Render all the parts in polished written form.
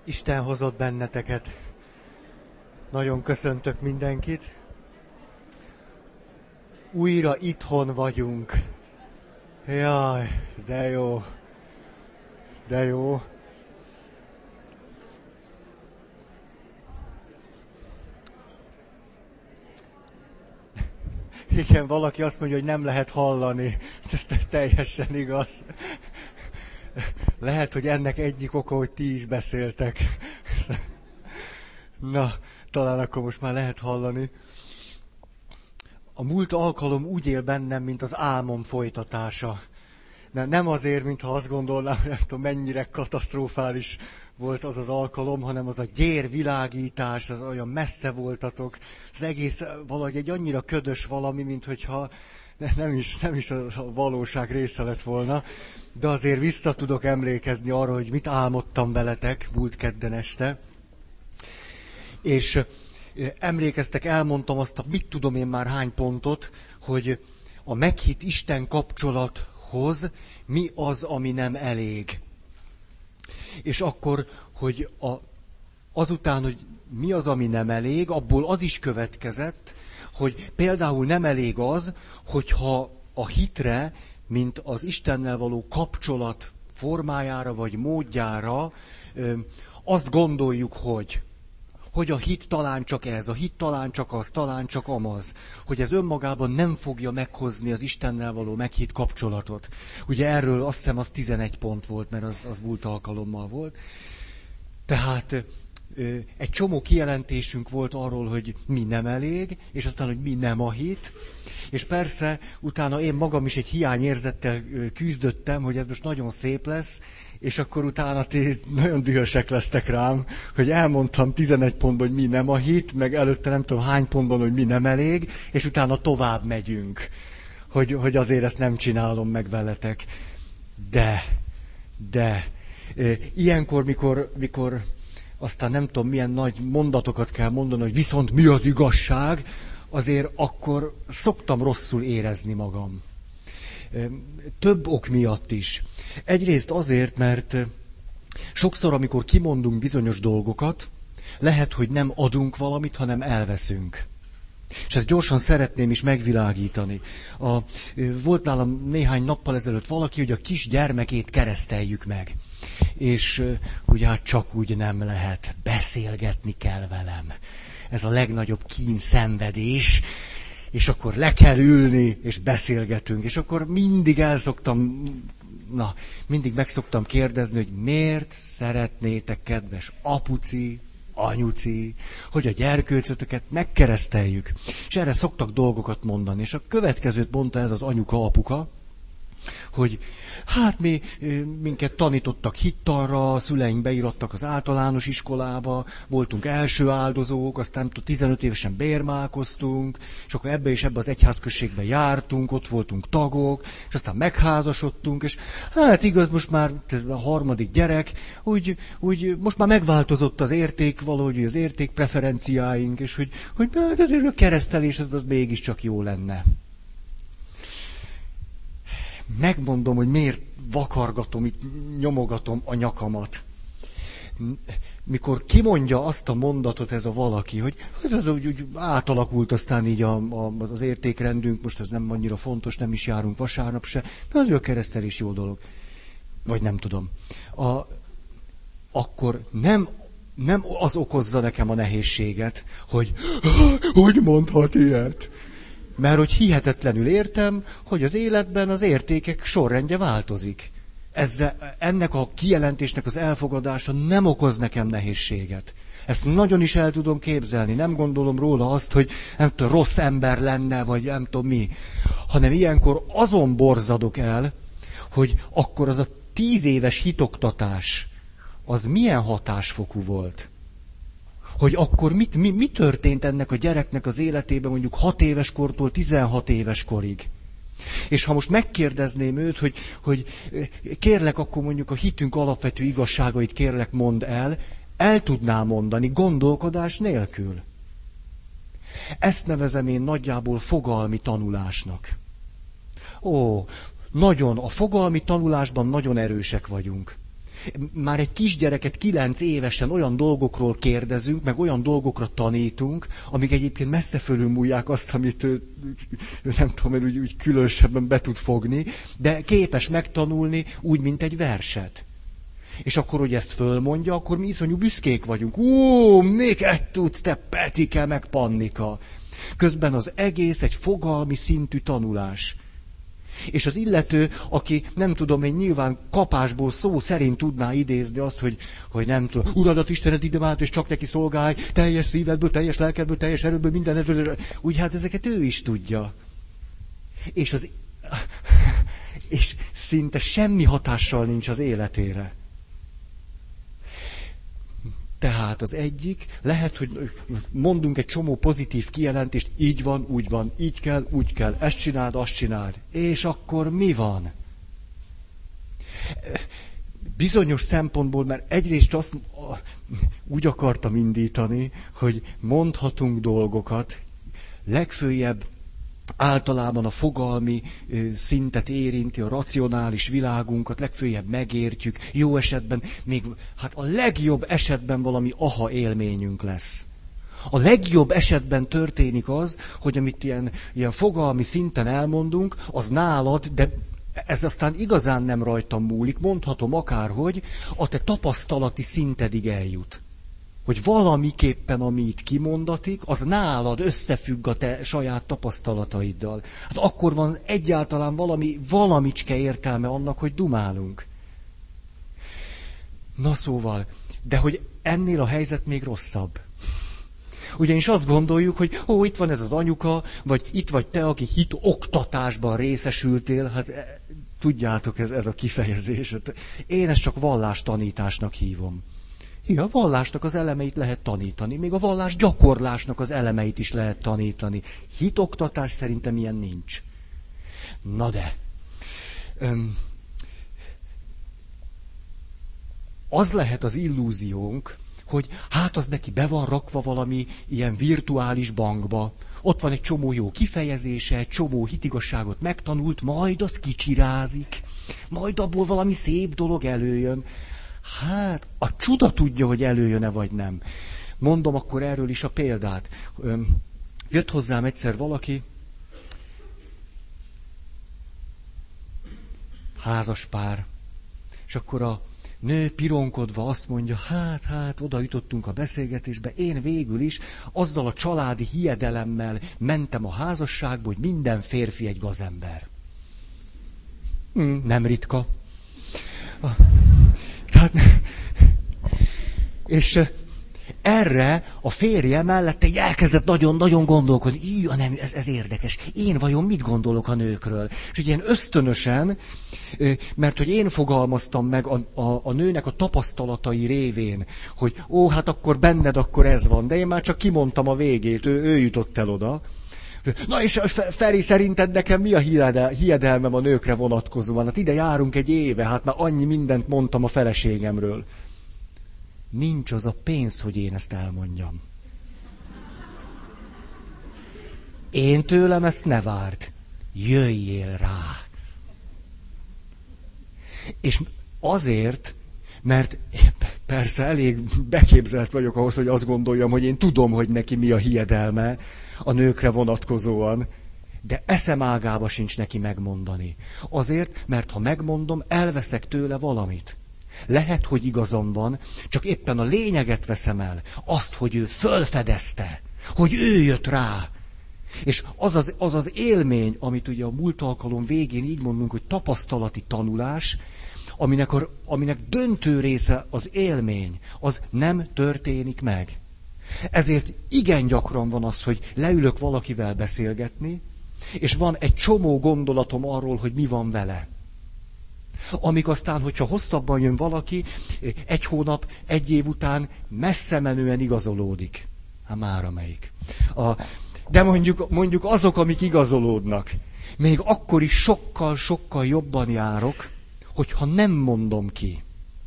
Isten hozott benneteket. Nagyon köszöntök mindenkit. Újra itthon vagyunk. Jaj, de jó. De jó. Igen, valaki azt mondja, hogy nem lehet hallani. Ez teljesen igaz. Lehet, hogy ennek egyik oka, hogy ti is beszéltek. Na, talán akkor most már lehet hallani. A múlt alkalom úgy él bennem, mint az álmom folytatása. Nem azért, mintha azt gondolnám, hogy nem tudom, mennyire katasztrofális volt az az alkalom, hanem az a gyérvilágítás, az olyan messze voltatok. Az egész valahogy egy annyira ködös valami, mint hogyha nem is a valóság része lett volna. De azért vissza tudok emlékezni arra, hogy mit álmodtam veletek múlt kedden este. És emlékeztek, elmondtam azt a mit tudom én már hány pontot, hogy a meghitt Isten kapcsolathoz mi az, ami nem elég. És akkor, hogy azután, hogy mi az, ami nem elég, abból az is következett, hogy például nem elég az, hogyha a hitre, mint az Istennel való kapcsolat formájára vagy módjára azt gondoljuk, hogy a hit talán csak ez, a hit talán csak az, talán csak amaz, hogy ez önmagában nem fogja meghozni az Istennel való meghitt kapcsolatot. Ugye erről azt hiszem az 11 pont volt, mert az múlt alkalommal volt. Tehát egy csomó kijelentésünk volt arról, hogy mi nem elég, és aztán, hogy mi nem a hit. És persze utána én magam is egy hiányérzettel küzdöttem, hogy ez most nagyon szép lesz, és akkor utána ti nagyon dühösek lesztek rám, hogy elmondtam 11 pontban, hogy mi nem a hit, meg előtte nem tudom hány pontban, hogy mi nem elég, és utána tovább megyünk, hogy azért ezt nem csinálom meg veletek. De, ilyenkor, mikor aztán nem tudom milyen nagy mondatokat kell mondani, hogy viszont mi az igazság, azért akkor szoktam rosszul érezni magam. Több ok miatt is. Egyrészt azért, mert sokszor, amikor kimondunk bizonyos dolgokat, lehet, hogy nem adunk valamit, hanem elveszünk. És ezt gyorsan szeretném is megvilágítani. Volt nálam néhány nappal ezelőtt valaki, hogy a kis gyermekét kereszteljük meg. És ugye hát csak úgy nem lehet, beszélgetni kell velem. Ez a legnagyobb kín, szenvedés, és akkor le kell ülni, és beszélgetünk. És akkor mindig mindig meg szoktam kérdezni, hogy miért szeretnétek, kedves apuci, anyuci, hogy a gyerkőcötöket megkereszteljük. És erre szoktak dolgokat mondani. És a következőt mondta ez az anyuka, apuka, hogy hát minket tanítottak hittanra, a szüleink beirattak az általános iskolába, voltunk első áldozók, aztán 15 évesen bérmálkoztunk, és akkor ebbe az egyházközségbe jártunk, ott voltunk tagok, és aztán megházasodtunk, és hát igaz, most már ez a harmadik gyerek, úgy most már megváltozott az érték, valahogy az értékpreferenciáink, és hogy hát ezért a keresztelés az mégiscsak jó lenne. Megmondom, hogy miért vakargatom, itt nyomogatom a nyakamat. Mikor kimondja azt a mondatot ez a valaki, hogy ez úgy átalakult aztán így az értékrendünk, most ez nem annyira fontos, nem is járunk vasárnap se, de az a keresztelés jó dolog. Vagy nem tudom. Akkor nem az okozza nekem a nehézséget, hogy mondhat ilyet. Mert hogy hihetetlenül értem, hogy az életben az értékek sorrendje változik. Ennek a kijelentésnek az elfogadása nem okoz nekem nehézséget. Ezt nagyon is el tudom képzelni. Nem gondolom róla azt, hogy nem tudom, rossz ember lenne, vagy nem tudom mi. Hanem ilyenkor azon borzadok el, hogy akkor az a 10 éves hitoktatás, az milyen hatásfokú volt. Hogy akkor mi történt ennek a gyereknek az életében mondjuk 6 éves kortól 16 éves korig. És ha most megkérdezném őt, hogy kérlek, akkor mondjuk a hitünk alapvető igazságait kérlek mondd el tudná mondani gondolkodás nélkül. Ezt nevezem én nagyjából fogalmi tanulásnak. A fogalmi tanulásban nagyon erősek vagyunk. Már egy kisgyereket 9 évesen olyan dolgokról kérdezünk, meg olyan dolgokra tanítunk, amik egyébként messze fölülmúlják azt, amit ő nem tudom, úgy különösebben be tud fogni, de képes megtanulni úgy, mint egy verset. És akkor, hogy ezt fölmondja, akkor mi iszonyú büszkék vagyunk. Miket tudsz, te Petike, meg Pannika. Közben az egész egy fogalmi szintű tanulás. És az illető, aki nem tudom én nyilván kapásból szó szerint tudná idézni azt, hogy nem tudom, Uradat Istened ide vált, és csak neki szolgálj, teljes szívedből, teljes lelkedből, teljes erőből, minden, úgy hát ezeket ő is tudja. És szinte semmi hatással nincs az életére. Tehát az egyik, lehet, hogy mondunk egy csomó pozitív kijelentést, így van, úgy van, így kell, úgy kell, ezt csináld, azt csináld. És akkor mi van? Bizonyos szempontból, mert egyrészt azt úgy akartam indítani, hogy mondhatunk dolgokat, legfőjebb általában a fogalmi szintet érinti, a racionális világunkat, legfőjebb megértjük, jó esetben, még hát a legjobb esetben valami aha élményünk lesz. A legjobb esetben történik az, hogy amit ilyen fogalmi szinten elmondunk, az nálad, de ez aztán igazán nem rajtam múlik, mondhatom akárhogy, a te tapasztalati szintedig eljut. Hogy valamiképpen, ami itt kimondatik, az nálad összefügg a te saját tapasztalataiddal. Hát akkor van egyáltalán valamicske értelme annak, hogy dumálunk. Na szóval, de hogy ennél a helyzet még rosszabb. Ugyanis azt gondoljuk, hogy itt van ez az anyuka, vagy itt vagy te, aki hitoktatásban részesültél, hát tudjátok, ez a kifejezés. Én ezt csak vallástanításnak hívom. Igen, a vallásnak az elemeit lehet tanítani, még a vallás gyakorlásnak az elemeit is lehet tanítani. Hitoktatás szerintem ilyen nincs. Na de, az lehet az illúziónk, hogy hát az neki be van rakva valami ilyen virtuális bankba. Ott van egy csomó jó kifejezése, egy csomó hitigasságot megtanult, majd az kicsirázik, majd abból valami szép dolog előjön. Hát, a csuda tudja, hogy előjön-e vagy nem. Mondom akkor erről is a példát. Jött hozzám egyszer valaki, házaspár, és akkor a nő pironkodva azt mondja, hát, oda jutottunk a beszélgetésbe, én végül is azzal a családi hiedelemmel mentem a házasságba, hogy minden férfi egy gazember. Nem ritka. Tehát, és erre a férje mellette elkezdett nagyon-nagyon gondolkodni. Nem, ez érdekes. Én vajon mit gondolok a nőkről? És ugye ilyen ösztönösen, mert hogy én fogalmaztam meg a nőnek a tapasztalatai révén, hogy hát akkor benned akkor ez van, de én már csak kimondtam a végét, ő jutott el oda. Na és Feri, szerinted nekem mi a hiedelmem a nőkre vonatkozóan? Hát ide járunk egy éve, hát már annyi mindent mondtam a feleségemről. Nincs az a pénz, hogy én ezt elmondjam. Én tőlem ezt ne várd. Jöjjél rá. És azért, mert persze elég beképzelt vagyok ahhoz, hogy azt gondoljam, hogy én tudom, hogy neki mi a hiedelme a nőkre vonatkozóan, de eszem ágába sincs neki megmondani. Azért, mert ha megmondom, elveszek tőle valamit. Lehet, hogy igazam van, csak éppen a lényeget veszem el. Azt, hogy ő fölfedezte, hogy ő jött rá. És az az élmény, amit ugye a múlt alkalom végén így mondunk, hogy tapasztalati tanulás, aminek döntő része az élmény, az nem történik meg. Ezért igen gyakran van az, hogy leülök valakivel beszélgetni, és van egy csomó gondolatom arról, hogy mi van vele. Amíg aztán, hogyha hosszabban jön valaki, 1 hónap, 1 év után messze menően igazolódik. Hát már amelyik. De mondjuk azok, amik igazolódnak, még akkor is sokkal jobban járok, hogyha nem mondom ki.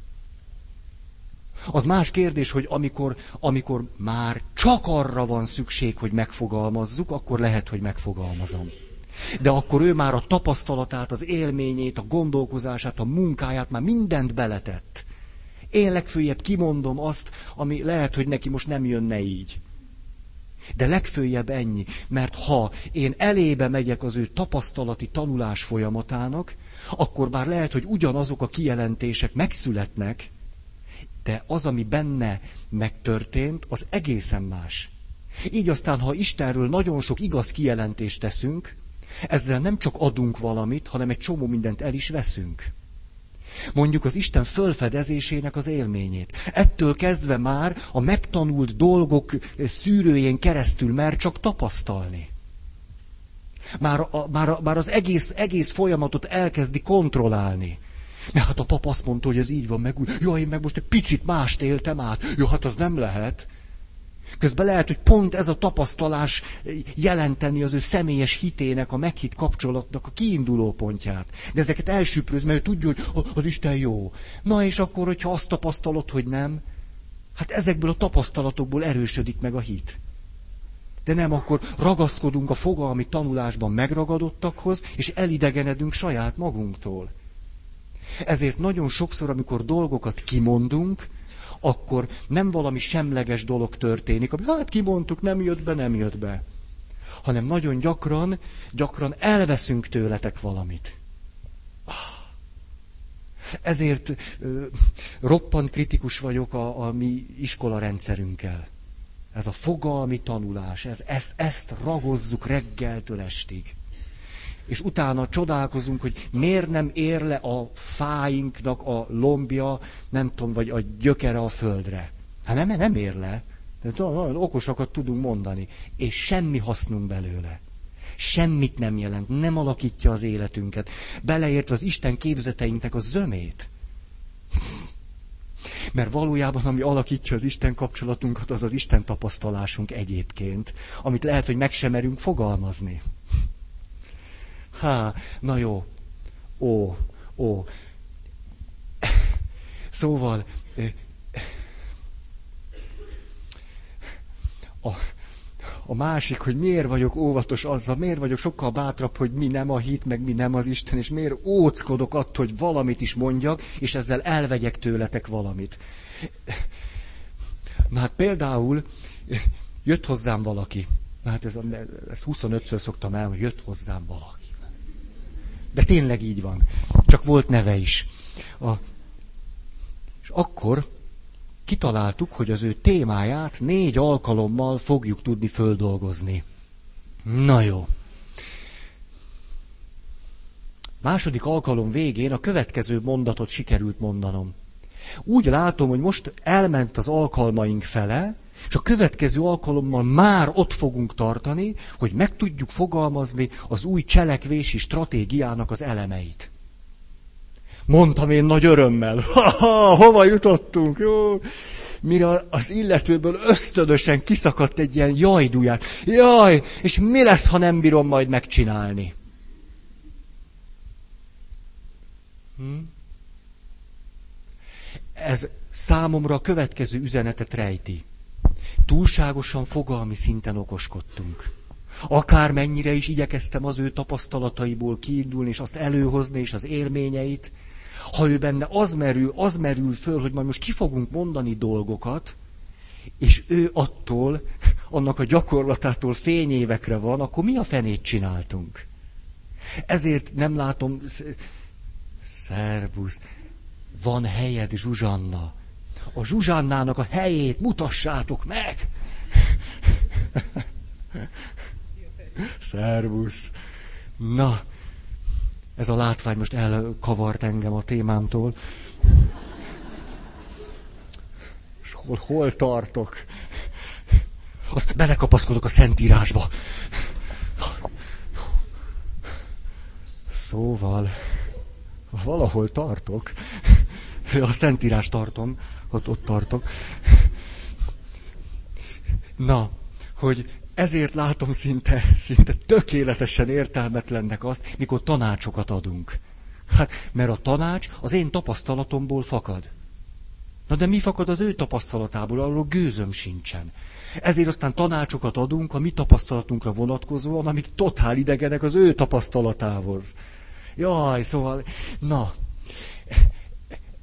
Az más kérdés, hogy amikor már csak arra van szükség, hogy megfogalmazzuk, akkor lehet, hogy megfogalmazom. De akkor ő már a tapasztalatát, az élményét, a gondolkozását, a munkáját, már mindent beletett. Én legfőjebb kimondom azt, ami lehet, hogy neki most nem jönne így. De legfőjebb ennyi, mert ha én elébe megyek az ő tapasztalati tanulás folyamatának, akkor bár lehet, hogy ugyanazok a kijelentések megszületnek, de az, ami benne megtörtént, az egészen más. Így aztán, ha Istenről nagyon sok igaz kijelentést teszünk, ezzel nem csak adunk valamit, hanem egy csomó mindent el is veszünk. Mondjuk az Isten fölfedezésének az élményét. Ettől kezdve már a megtanult dolgok szűrőjén keresztül mer csak tapasztalni. Már az egész folyamatot elkezdi kontrollálni. Mert hát a pap azt mondta, hogy ez így van, meg úgy, jaj, én meg most egy picit mást éltem át. Jó, hát az nem lehet. Közben lehet, hogy pont ez a tapasztalás jelenteni az ő személyes hitének, a meghitt kapcsolatnak a kiinduló pontját. De ezeket elsüprőz, mert ő tudja, hogy az Isten jó. Na és akkor, hogyha azt tapasztalod, hogy nem, hát ezekből a tapasztalatokból erősödik meg a hit. De nem, akkor ragaszkodunk a fogalmi tanulásban megragadottakhoz, és elidegenedünk saját magunktól. Ezért nagyon sokszor, amikor dolgokat kimondunk, akkor nem valami semleges dolog történik, ami hát kimondtuk, nem jött be. Hanem nagyon gyakran elveszünk tőletek valamit. Ezért roppant kritikus vagyok a mi iskolarendszerünkkel. Ez a fogalmi tanulás, ezt ragozzuk reggeltől estig. És utána csodálkozunk, hogy miért nem ér le a fáinknak a lombja, nem tudom, vagy a gyökere a földre. Hát nem ér le. De nagyon okosakat tudunk mondani. És semmi hasznunk belőle. Semmit nem jelent, nem alakítja az életünket. Beleértve az Isten képzeteinknek a zömét. Mert valójában, ami alakítja az Isten kapcsolatunkat, az az Isten tapasztalásunk egyébként, amit lehet, hogy meg sem merünk fogalmazni. Na jó. Szóval, a másik, hogy miért vagyok óvatos azzal, miért vagyok sokkal bátrabb, hogy mi nem a hit, meg mi nem az Isten, és miért óckodok attól, hogy valamit is mondjak, és ezzel elvegyek tőletek valamit. Na hát például jött hozzám valaki. Na hát ezt 25-ször szoktam el, hogy jött hozzám valaki. De tényleg így van. Csak volt neve is. És akkor kitaláltuk, hogy az ő témáját 4 alkalommal fogjuk tudni földolgozni. Na jó. Második alkalom végén a következő mondatot sikerült mondanom. Úgy látom, hogy most elment az alkalmaink fele, és a következő alkalommal már ott fogunk tartani, hogy meg tudjuk fogalmazni az új cselekvési stratégiának az elemeit. Mondtam én nagy örömmel. Hova jutottunk? Jó. Mire az illetőből ösztönösen kiszakadt egy ilyen jajduját. Jaj, és mi lesz, ha nem bírom majd megcsinálni? Ez számomra a következő üzenetet rejti. Túlságosan fogalmi szinten okoskodtunk. Akármennyire is igyekeztem az ő tapasztalataiból kiindulni, és azt előhozni, és az élményeit, ha ő benne az merül föl, hogy majd most ki fogunk mondani dolgokat, és ő attól, annak a gyakorlatától fényévekre van, akkor mi a fenét csináltunk? Ezért nem látom... Szerbusz, van helyed, Zsuzsanna. A Zsuzsannának a helyét mutassátok meg! Szervusz! Na, ez a látvány most elkavart engem a témámtól. És hol tartok? Azt belekapaszkodok a Szentírásba. Szóval, valahol tartok. A Szentírást tartom, ott tartok. Na, hogy ezért látom szinte tökéletesen értelmetlennek azt, mikor tanácsokat adunk. Hát, mert a tanács az én tapasztalatomból fakad. Na de mi fakad az ő tapasztalatából, arról gőzöm sincsen. Ezért aztán tanácsokat adunk a mi tapasztalatunkra vonatkozóan, amik totál idegenek az ő tapasztalatához. Jaj, szóval, na...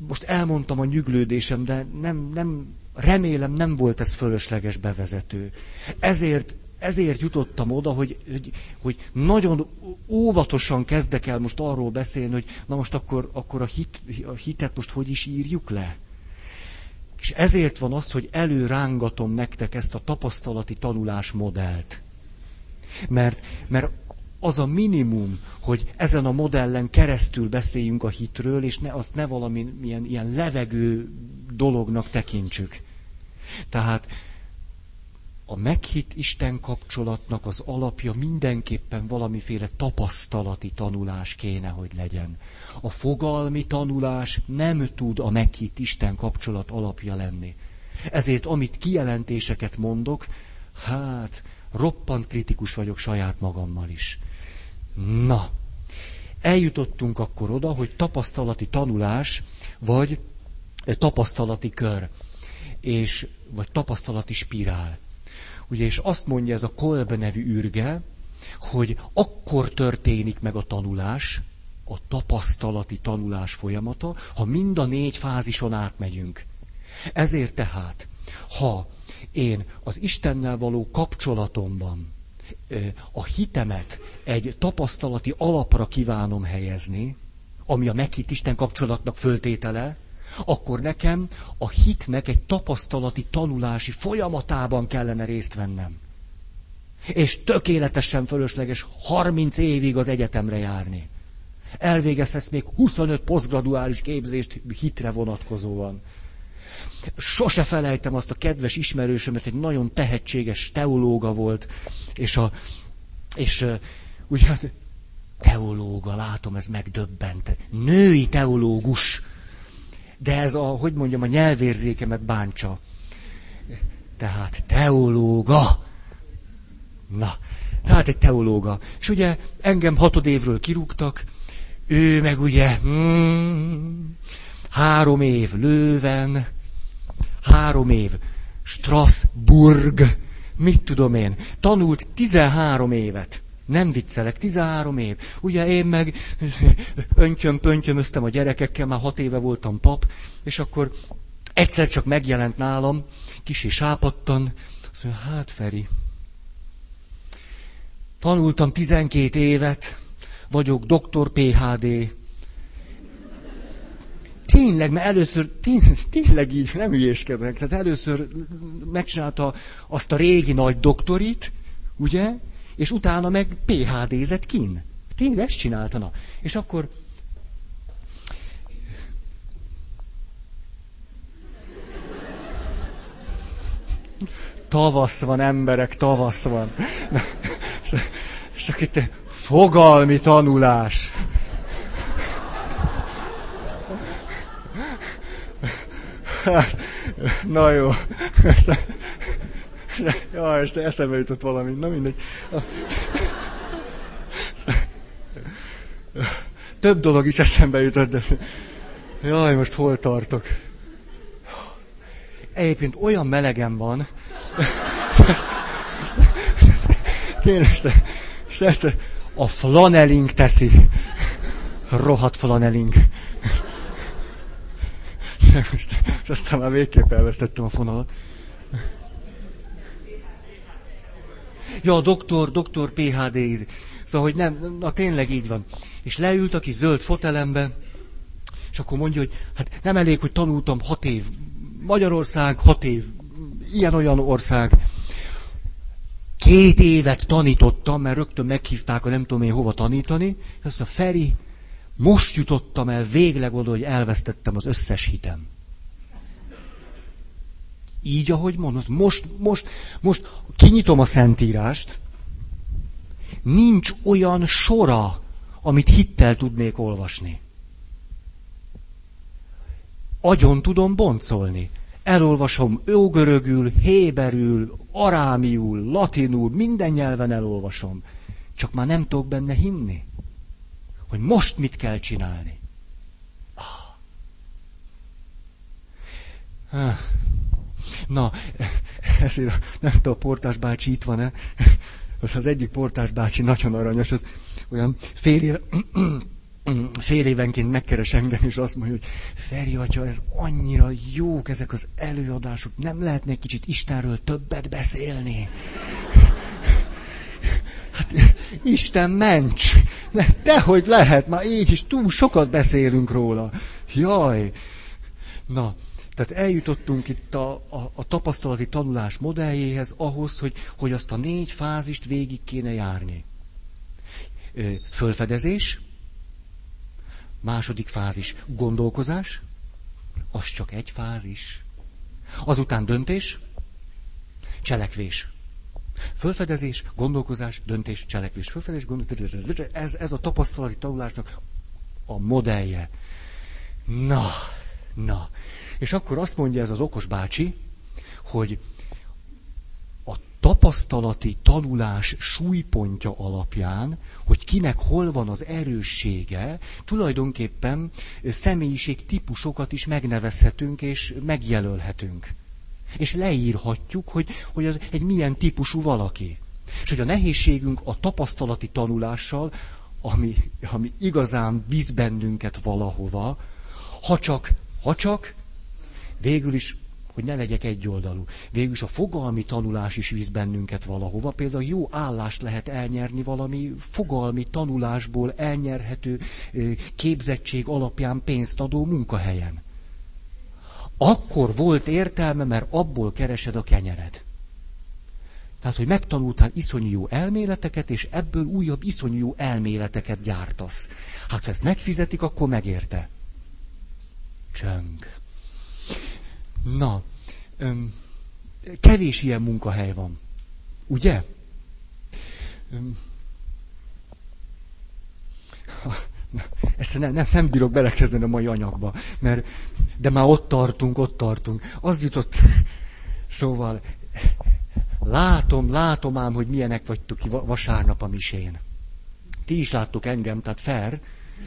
most elmondtam a nyüglődésem, de remélem nem volt ez fölösleges bevezető. Ezért jutottam oda, hogy nagyon óvatosan kezdek el most arról beszélni, hogy na most akkor a hitet most hogy is írjuk le. És ezért van az, hogy előrángatom nektek ezt a tapasztalati tanulás modellt. Mert az a minimum, hogy ezen a modellen keresztül beszéljünk a hitről, és azt ne valami ilyen levegő dolognak tekintsük. Tehát a meghitt Isten kapcsolatnak az alapja mindenképpen valamiféle tapasztalati tanulás kéne, hogy legyen. A fogalmi tanulás nem tud a meghitt Isten kapcsolat alapja lenni. Ezért amit kijelentéseket mondok, roppant kritikus vagyok saját magammal is. Na, eljutottunk akkor oda, hogy tapasztalati tanulás, vagy tapasztalati kör, vagy tapasztalati spirál. Ugye, és azt mondja ez a Kolbe nevű űrge, hogy akkor történik meg a tanulás, a tapasztalati tanulás folyamata, ha mind a 4 fázison átmegyünk. Ezért tehát, ha én az Istennel való kapcsolatomban a hitemet egy tapasztalati alapra kívánom helyezni, ami a meghitt Isten kapcsolatnak föltétele, akkor nekem a hitnek egy tapasztalati tanulási folyamatában kellene részt vennem. És tökéletesen fölösleges 30 évig az egyetemre járni. Elvégezhetsz még 25 posztgraduális képzést hitre vonatkozóan. Sose felejtem azt a kedves ismerősömet, egy nagyon tehetséges teológa volt, és ugye hát teológa, látom, ez megdöbbent. Női teológus. De ez a nyelvérzékemet bántsa. Tehát teológa. Na, tehát egy teológa. És ugye engem 6 évről kirúgtak, ő meg ugye 3 év Leuven, 3 év Strasbourg, mit tudom én, tanult 13 évet. Nem viccelek, 13 év. Ugye én meg öntyöm-pöntyömöztem a gyerekekkel, már 6 éve voltam pap, és akkor egyszer csak megjelent nálam, kicsi sápadtan, azt mondja, hát Feri, tanultam 12 évet, vagyok doktor PhD. Tényleg, mert először, tényleg így, nem hülyéskedek, tehát először megcsinálta azt a régi nagy doktorit, ugye, és utána meg PhD-zett kin. Tényleg ezt csinálta, na. És akkor... Tavasz van, emberek, tavasz van. És akkor itt fogalmi tanulás. Hát, na jó. Jaj, és eszembe jutott valami, na mindegy. Több dolog is eszembe jutott, de... Jaj, most hol tartok? Egyébként olyan melegem van. Tényleg, a flaneling teszi. Rohadt flaneling. És aztán már végképp elvesztettem a fonalat. Ja, doktor PhD. Szóval, hogy nem, na tényleg így van. És leült a kis zöld fotelembe, és akkor mondja, hogy hát nem elég, hogy tanultam 6 év Magyarország, 6 év ilyen-olyan ország. 2 évet tanítottam, mert rögtön meghívták a nem tudom én hova tanítani, és azt mondja, Feri, most jutottam el végleg oda, hogy elvesztettem az összes hitem. Így, ahogy mondod, most kinyitom a Szentírást, nincs olyan sora, amit hittel tudnék olvasni. Agyon tudom boncolni. Elolvasom ógörögül, héberül, arámiul, latinul, minden nyelven elolvasom. Csak már nem tudok benne hinni, hogy most mit kell csinálni. Na, ezért nem tudom, a portás bácsi itt van-e? Az egyik portás bácsi nagyon aranyos, az olyan fél éve, fél évenként megkeres engem, és azt mondja, hogy Feri atya, ez annyira jók ezek az előadások, nem lehetne egy kicsit Istenről többet beszélni? Hát, Isten ments! Dehogy lehet, már így is túl sokat beszélünk róla. Jaj! Na, tehát eljutottunk itt a tapasztalati tanulás modelljéhez ahhoz, hogy azt a 4 fázist végig kéne járni. Fölfedezés, második fázis gondolkozás, az csak egy fázis. Azután döntés, cselekvés. Fölfedezés, gondolkozás, döntés, cselekvés. Fölfedezés, gondolkozás, ez a tapasztalati tanulásnak a modellje. Na. És akkor azt mondja ez az okos bácsi, hogy a tapasztalati tanulás súlypontja alapján, hogy kinek hol van az erőssége, tulajdonképpen személyiség típusokat is megnevezhetünk és megjelölhetünk. És leírhatjuk, hogy ez egy milyen típusú valaki. És hogy a nehézségünk a tapasztalati tanulással, ami igazán visz bennünket valahova, ha csak, végül is, hogy ne legyek egyoldalú, végül is a fogalmi tanulás is visz bennünket valahova, például jó állást lehet elnyerni valami fogalmi tanulásból elnyerhető képzettség alapján pénzt adó munkahelyen. Akkor volt értelme, mert abból keresed a kenyered. Tehát, hogy megtanultál iszonyú jó elméleteket, és ebből újabb iszonyú jó elméleteket gyártasz. Hát, ha ezt megfizetik, akkor megérte. Csöng. Na, kevés ilyen munkahely van. Ugye? Egyszerűen nem bírok belekezdeni a mai anyagba, de már ott tartunk. Az jutott, szóval, látom ám, hogy milyenek vagytok ki vasárnap a misén. Ti is láttok engem, tehát fair.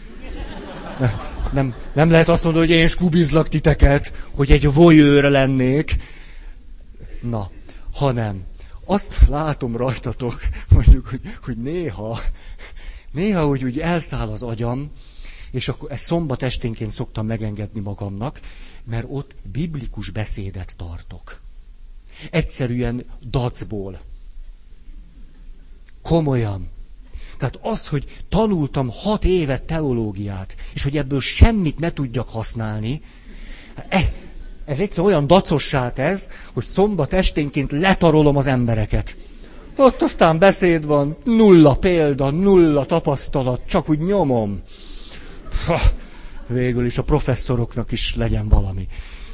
Nem lehet azt mondani, hogy én skubizlak titeket, hogy egy voyeur lennék. Na, hanem azt látom rajtatok, mondjuk, hogy néha úgy elszáll az agyam, és akkor ezt szombat esténként szoktam megengedni magamnak, mert ott biblikus beszédet tartok. Egyszerűen dacból. Komolyan. Tehát az, hogy tanultam 6 évet teológiát, és hogy ebből semmit ne tudjak használni, ez egyszerűen olyan dacossá tesz, hogy szombat esténként letarolom az embereket. Ott aztán beszéd van, 0 példa, 0 tapasztalat, csak úgy nyomom. Végül is a professzoroknak is legyen valami.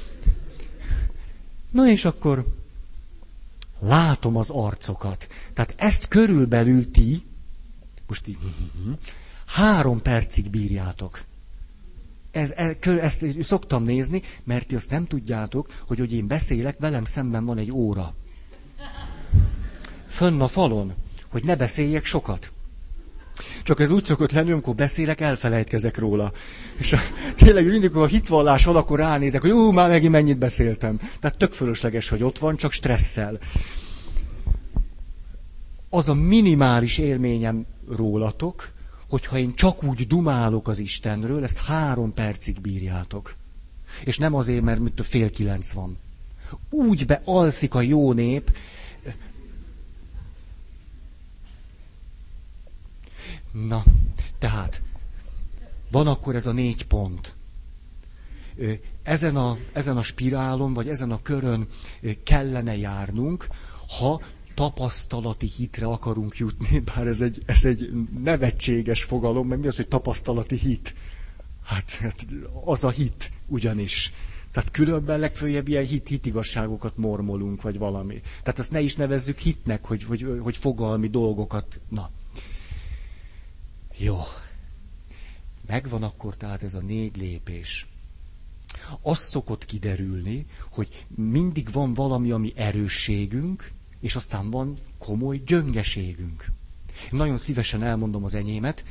Na és akkor látom az arcokat. Tehát ezt körülbelül ti, most így, 3 percig bírjátok. Ezt szoktam nézni, mert ti azt nem tudjátok, hogy én beszélek, velem szemben van egy óra. Fönn a falon, hogy ne beszéljek sokat. Csak ez úgy szokott lenni, amikor beszélek, elfelejtkezek róla. És tényleg mindig, amikor a hitvallás van, akkor ránézek, hogy már megint mennyit beszéltem. Tehát tök fölösleges, hogy ott van, csak stresszel. Az a minimális élményem rólatok, hogyha én csak úgy dumálok az Istenről, ezt 3 percig bírjátok. És nem azért, mert 8:30 van. Úgy bealszik a jó nép. Na, tehát, van akkor ez a 4 pont. Ezen a spirálon, vagy ezen a körön kellene járnunk, ha tapasztalati hitre akarunk jutni, bár ez egy nevetséges fogalom, mert mi az, hogy tapasztalati hit? Hát az a hit ugyanis. Tehát különben legfőjebb ilyen hitigasságokat mormolunk, vagy valami. Tehát ezt ne is nevezzük hitnek, hogy fogalmi dolgokat. Na. Jó. Megvan akkor tehát ez a 4 lépés. Az szokott kiderülni, hogy mindig van valami, ami erősségünk, és aztán van komoly gyöngeségünk. Én nagyon szívesen elmondom az enyémet,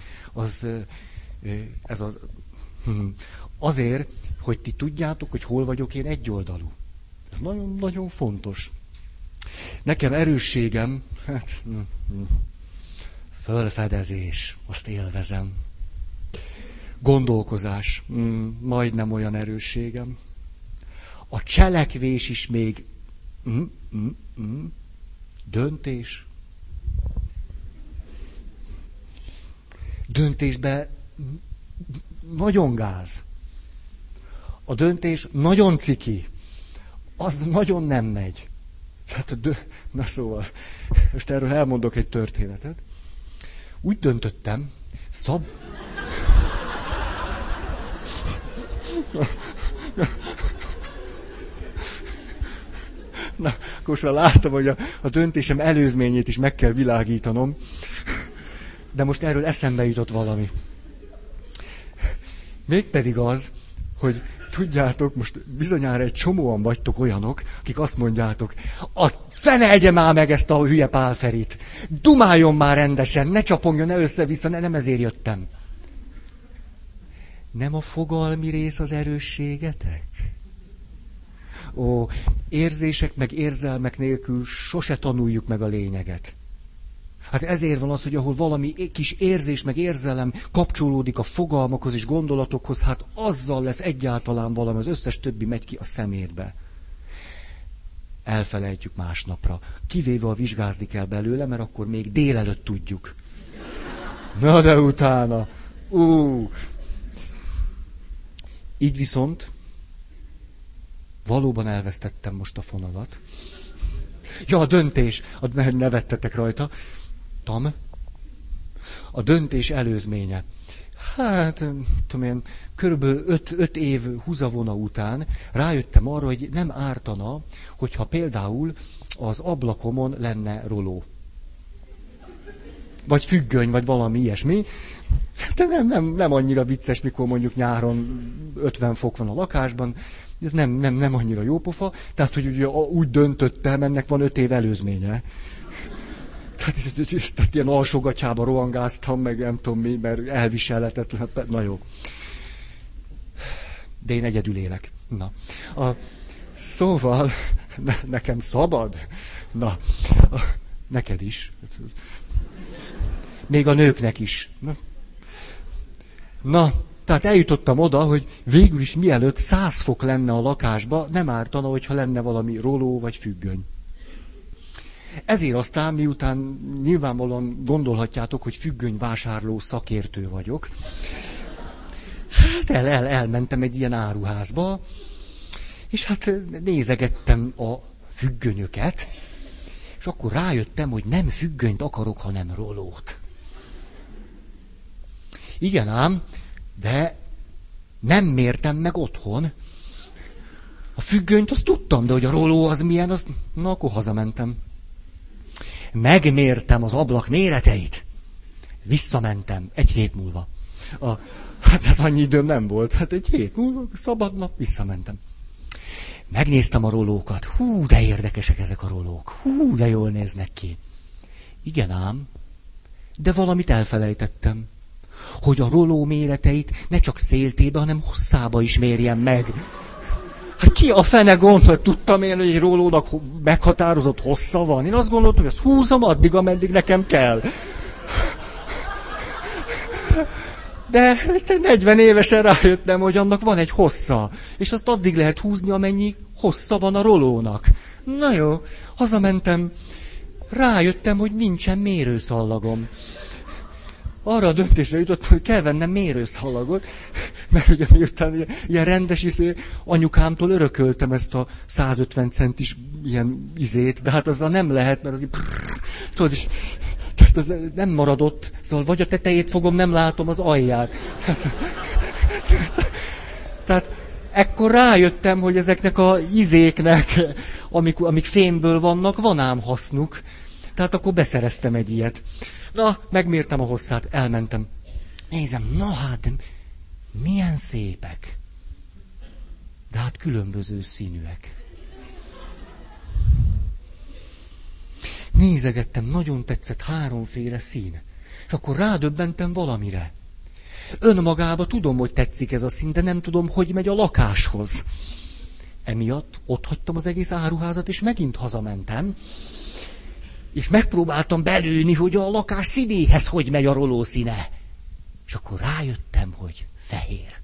azért, hogy ti tudjátok, hogy hol vagyok én egyoldalú. Ez nagyon-nagyon fontos. Nekem erősségem, fölfedezés, azt élvezem. Gondolkozás. Majdnem olyan erősségem. A cselekvés is még... Döntés. Döntésbe nagyon gáz. A döntés nagyon ciki. Az nagyon nem megy. Tehát na szóval, most erről elmondok egy történetet. Úgy döntöttem, Na, akkor most már láttam, hogy a döntésem előzményét is meg kell világítanom. De most erről eszembe jutott valami. Mégpedig az, hogy tudjátok, most bizonyára egy csomóan vagytok olyanok, akik azt mondjátok, a fene egye már meg ezt a hülye Pálferit. Dumáljon már rendesen, ne csapongjon, ne össze-vissza, nem ezért jöttem. Nem a fogalmi rész az erősségetek? Ó, érzések meg érzelmek nélkül sose tanuljuk meg a lényeget. Hát ezért van az, hogy ahol valami kis érzés meg érzelem kapcsolódik a fogalmakhoz és gondolatokhoz, hát azzal lesz egyáltalán valami, az összes többi megy ki a szemétbe. Elfelejtjük másnapra. Kivéve a vizsgázni kell belőle, mert akkor még délelőtt tudjuk. Na de utána. Így viszont valóban elvesztettem most a fonalat. Ja, a döntés. Nevettetek rajta. A döntés előzménye. Hát, tudom én, körülbelül 5 év húzavona után rájöttem arra, hogy nem ártana, hogyha például az ablakomon lenne roló. Vagy függöny, vagy valami ilyesmi. De nem annyira vicces, mikor mondjuk nyáron 50 fok van a lakásban. Ez nem annyira jópofa. Tehát, hogy ugye, úgy döntöttem, ennek van 5 év előzménye. Tehát ilyen alsógatyába rohangáztam, meg nem tudom mi, mert elviselhetetlen. Na jó. De én egyedül élek. Na. Szóval, nekem szabad? Na. Neked is. Még a nőknek is. Na, tehát eljutottam oda, hogy végül is mielőtt 100 fok lenne a lakásba, nem ártana, hogyha lenne valami roló vagy függöny. Ezért aztán, miután nyilvánvalóan gondolhatjátok, hogy függönyvásárló szakértő vagyok, hát elmentem egy ilyen áruházba, és hát nézegettem a függönyöket, és akkor rájöttem, hogy nem függönyt akarok, hanem rolót. Igen ám, de nem mértem meg otthon. A függönyt azt tudtam, de hogy a roló az milyen, azt... Na, akkor hazamentem. Megmértem az ablak méreteit. Visszamentem 1 hét múlva. Hát annyi időm nem volt. Hát 1 hét múlva, szabad nap, visszamentem. Megnéztem a rolókat. Hú, de érdekesek ezek a rolók. Hú, de jól néznek ki. Igen ám, de valamit elfelejtettem. Hogy a roló méreteit ne csak széltébe, hanem hosszába is mérjem meg. Hát ki a fene gondolt, tudtam én, hogy egy rólónak meghatározott hossza van. Én azt gondoltam, hogy ezt húzom addig, ameddig nekem kell. De 40 évesen rájöttem, hogy annak van egy hossza. És azt addig lehet húzni, amennyi hossza van a rolónak. Na jó, hazamentem. Rájöttem, hogy nincsen mérőszallagom. Arra a döntésre jutottam, hogy kell vennem mérőszallagot, mert ugye miután ilyen rendes anyukámtól örököltem ezt a 150 centis ilyen izét, de hát azzal nem lehet, mert az tudod, és tehát az nem maradott, szóval vagy a tetejét fogom, nem látom az alját. Tehát ekkor rájöttem, hogy ezeknek a izéknek, amik fémből vannak, van ám hasznuk. Tehát akkor beszereztem egy ilyet. Na, megmértem a hosszát, elmentem. Nézem, na hát, de milyen szépek. De hát különböző színűek. Nézegettem, nagyon tetszett 3 szín. És akkor rádöbbentem valamire. Önmagában tudom, hogy tetszik ez a szín, de nem tudom, hogy megy a lakáshoz. Emiatt ott hagytam az egész áruházat, és megint hazamentem. És megpróbáltam belőni, hogy a lakás színéhez hogy megy a roló színe. És akkor rájöttem, hogy fehér.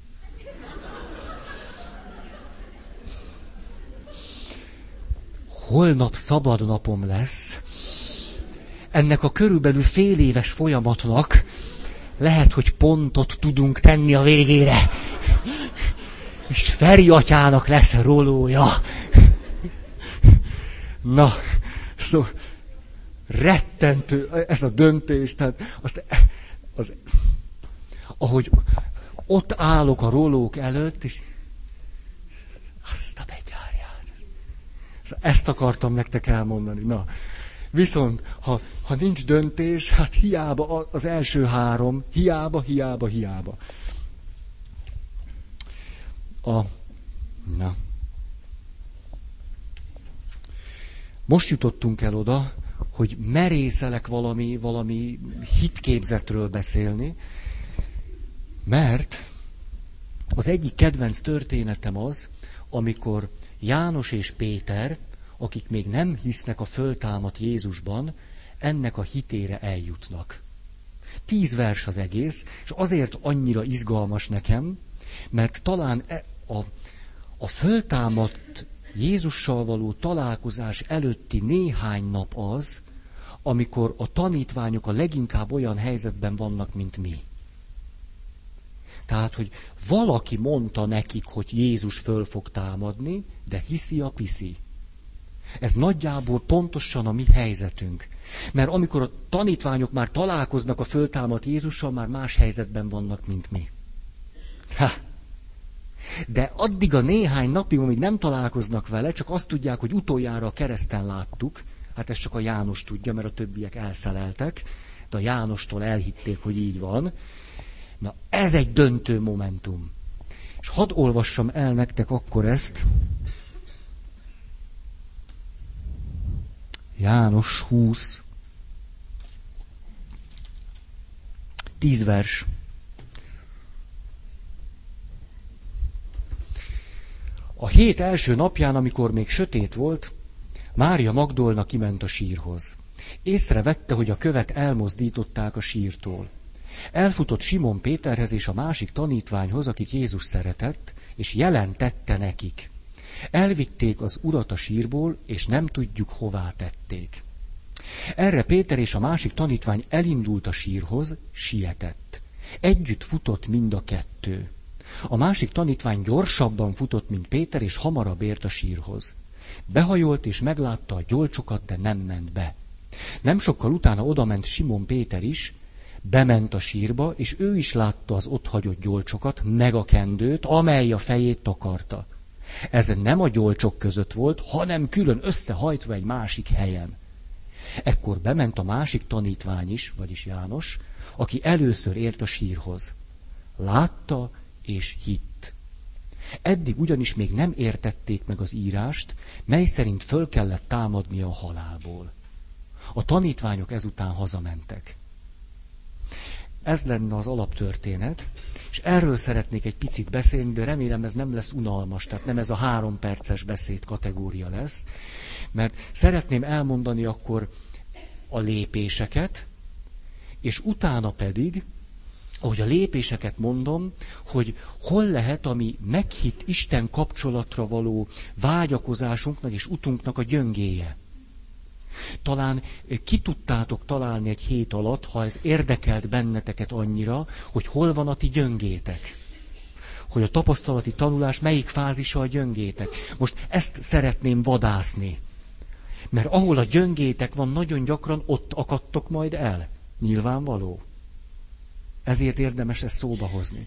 Holnap szabad napom lesz. Ennek a körülbelül fél éves folyamatnak lehet, hogy pontot tudunk tenni a végére. És Feri atyának lesz rolója. Na, szóval rettentő ez a döntés. Tehát ahogy ott állok a rolók előtt, és azt a begyárját. Ezt akartam nektek elmondani. Na, viszont, ha nincs döntés, hát hiába az első három, hiába. Na. Most jutottunk el oda, hogy merészelek valami hitképzetről beszélni, mert az egyik kedvenc történetem az, amikor János és Péter, akik még nem hisznek a föltámadt Jézusban, ennek a hitére eljutnak. 10 vers az egész, és azért annyira izgalmas nekem, mert talán a föltámadt Jézussal való találkozás előtti néhány nap az, amikor a tanítványok a leginkább olyan helyzetben vannak, mint mi. Tehát, hogy valaki mondta nekik, hogy Jézus föl fog támadni, de hiszi a piszi. Ez nagyjából pontosan a mi helyzetünk. Mert amikor a tanítványok már találkoznak a föltámadt Jézussal, már más helyzetben vannak, mint mi. De addig a néhány napig, amíg nem találkoznak vele, csak azt tudják, hogy utoljára a kereszten láttuk, hát ezt csak a János tudja, mert a többiek elszeleltek, de a Jánostól elhitték, hogy így van. Na, ez egy döntő momentum. És hadd olvassam el nektek akkor ezt. János 20. 10 vers. A hét első napján, amikor még sötét volt, Mária Magdolna kiment a sírhoz. Észrevette, hogy a követ elmozdították a sírtól. Elfutott Simon Péterhez és a másik tanítványhoz, akit Jézus szeretett, és jelentette nekik. Elvitték az urat a sírból, és nem tudjuk, hová tették. Erre Péter és a másik tanítvány elindult a sírhoz, sietett. Együtt futott mind a kettő. A másik tanítvány gyorsabban futott, mint Péter, és hamarabb ért a sírhoz. Behajolt és meglátta a gyolcsokat, de nem ment be. Nem sokkal utána odament Simon Péter is, bement a sírba, és ő is látta az ott hagyott gyolcsokat, meg a kendőt, amely a fejét takarta. Ez nem a gyolcsok között volt, hanem külön összehajtva egy másik helyen. Ekkor bement a másik tanítvány is, vagyis János, aki először ért a sírhoz. Látta és hitt. Eddig ugyanis még nem értették meg az írást, mely szerint föl kellett támadnia a halálból. A tanítványok ezután hazamentek. Ez lenne az alaptörténet, és erről szeretnék egy picit beszélni, de remélem ez nem lesz unalmas, tehát nem ez a 3 perces beszéd kategória lesz, mert szeretném elmondani akkor a lépéseket, és utána pedig, ahogy a lépéseket mondom, hogy hol lehet a mi meghitt Isten kapcsolatra való vágyakozásunknak és utunknak a gyöngéje. Talán ki tudtátok találni egy hét alatt, ha ez érdekelt benneteket annyira, hogy hol van a ti gyöngétek. Hogy a tapasztalati tanulás melyik fázisa a gyöngétek. Most ezt szeretném vadászni. Mert ahol a gyöngétek van, nagyon gyakran ott akadtok majd el. Nyilvánvaló. Ezért érdemes ezt szóba hozni.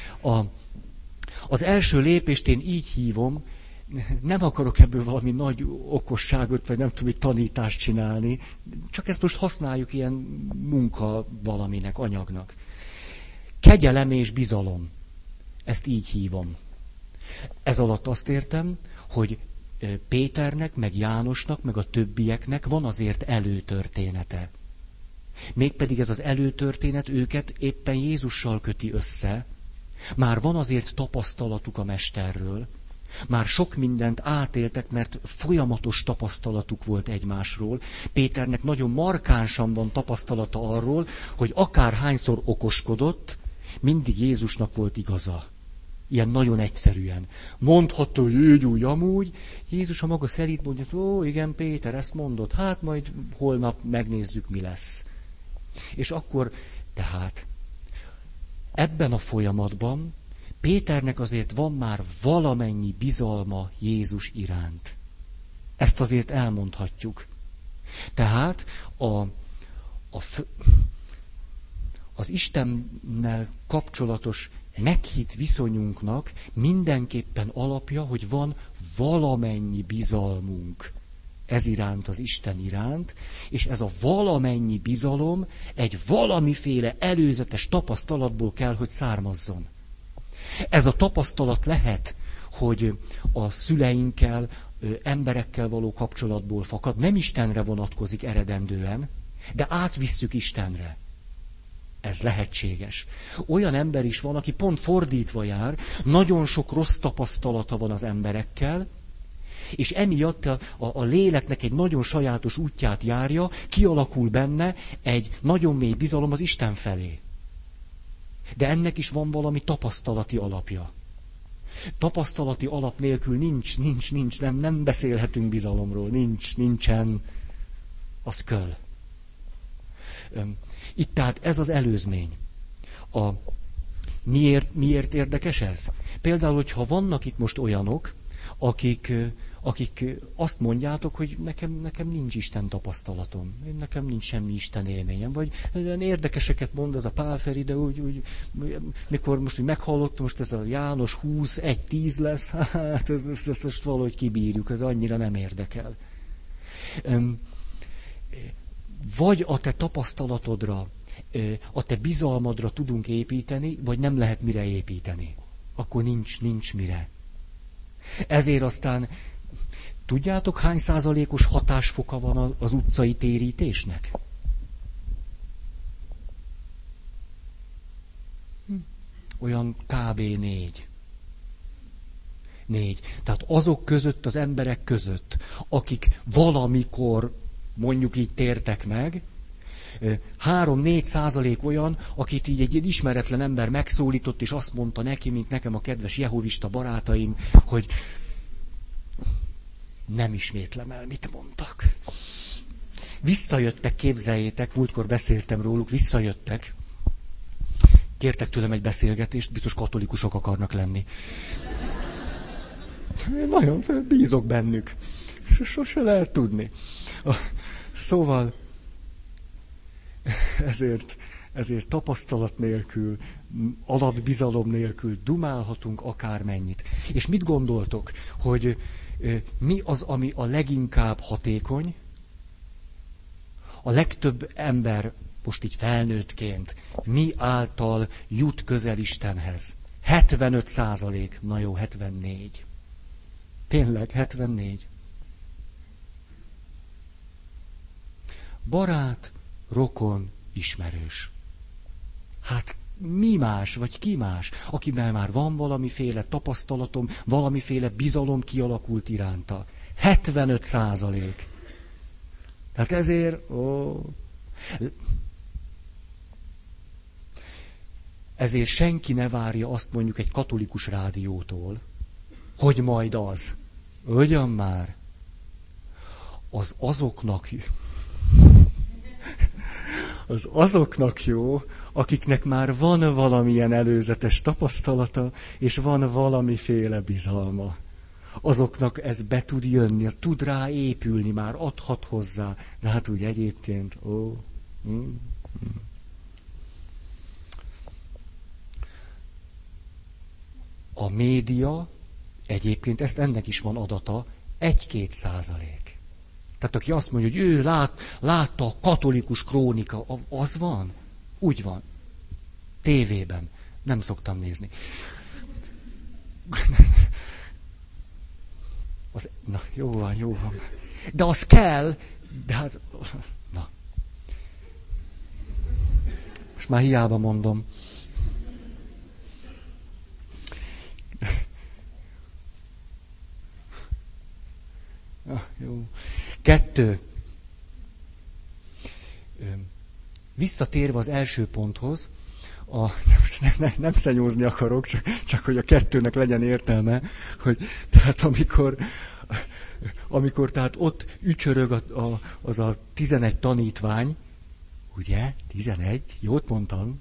Az első lépést én így hívom, nem akarok ebből valami nagy okosságot, vagy nem tudom, egy tanítást csinálni, csak ezt most használjuk ilyen munka valaminek, anyagnak. Kegyelem és bizalom. Ezt így hívom. Ez alatt azt értem, hogy Péternek, meg Jánosnak, meg a többieknek van azért előtörténete. Mégpedig ez az előtörténet őket éppen Jézussal köti össze. Már van azért tapasztalatuk a mesterről. Már sok mindent átéltek, mert folyamatos tapasztalatuk volt egymásról. Péternek nagyon markánsan van tapasztalata arról, hogy akárhányszor okoskodott, mindig Jézusnak volt igaza. Ilyen nagyon egyszerűen. Mondhatta, hogy így úgy, amúgy. Jézus a maga szerint mondja, hogy ó, igen, Péter ezt mondott, hát majd holnap megnézzük, mi lesz. És akkor tehát ebben a folyamatban Péternek azért van már valamennyi bizalma Jézus iránt. Ezt azért elmondhatjuk. Tehát az Istennel kapcsolatos meghitt viszonyunknak mindenképpen alapja, hogy van valamennyi bizalmunk ez iránt, az Isten iránt, és ez a valamennyi bizalom egy valamiféle előzetes tapasztalatból kell, hogy származzon. Ez a tapasztalat lehet, hogy a szüleinkkel, emberekkel való kapcsolatból fakad, nem Istenre vonatkozik eredendően, de átvisszük Istenre. Ez lehetséges. Olyan ember is van, aki pont fordítva jár, nagyon sok rossz tapasztalata van az emberekkel, és emiatt a léleknek egy nagyon sajátos útját járja, kialakul benne egy nagyon mély bizalom az Isten felé. De ennek is van valami tapasztalati alapja. Tapasztalati alap nélkül nincs, nem beszélhetünk bizalomról, nincsen, az köl. Itt tehát ez az előzmény. Miért érdekes ez? Például, hogyha vannak itt most olyanok, akik azt mondjátok, hogy nekem nincs Isten tapasztalatom, nekem nincs semmi Isten élményem, vagy érdekeseket mond ez a Pál Feri, de úgy mikor most úgy meghallottam, most ez a János 20, 1-10 lesz, hát ezt most valahogy kibírjuk, ez annyira nem érdekel. Vagy a te tapasztalatodra, a te bizalmadra tudunk építeni, vagy nem lehet mire építeni. Akkor nincs mire. Ezért aztán tudjátok, hány százalékos hatásfoka van az utcai térítésnek? Olyan kb. 4. Tehát azok között, az emberek között, akik valamikor, mondjuk így tértek meg, 3-4% olyan, akit így egy ismeretlen ember megszólított, és azt mondta neki, mint nekem a kedves jehovista barátaim, hogy nem ismétlem el, mit mondtak. Visszajöttek, képzeljétek, múltkor beszéltem róluk, visszajöttek. Kértek tőlem egy beszélgetést, biztos katolikusok akarnak lenni. Én nagyon bízok bennük. Sose lehet tudni. Szóval ezért tapasztalat nélkül, alapbizalom nélkül dumálhatunk akármennyit. És mit gondoltok, hogy mi az, ami a leginkább hatékony? A legtöbb ember, most így felnőttként, mi által jut közel Istenhez? 75%. Na jó, 74. Tényleg, 74. Barát, rokon, ismerős. Hát mi más, vagy ki más, akiben már van valamiféle tapasztalatom, valamiféle bizalom kialakult iránta. 75%. Tehát ezért... Ezért senki ne várja azt mondjuk egy katolikus rádiótól, hogy majd az. Ugyan már. Az azoknak jó, akiknek már van valamilyen előzetes tapasztalata, és van valamiféle bizalma. Azoknak ez be tud jönni, ez tud rá épülni, már adhat hozzá. De hát úgy egyébként, A média, egyébként ennek is van adata, 1-2%. Tehát aki azt mondja, hogy ő látta a katolikus krónika, az van? Úgy van. Tévében. Nem szoktam nézni. Na, jó van. De az kell, de hát... Na. Most már hiába mondom. Jó. 2. Visszatérve az első ponthoz, Nem szenyózni akarok, csak hogy a kettőnek legyen értelme, hogy tehát amikor tehát ott ücsörög az a 11 tanítvány, ugye, 11, jót mondtam,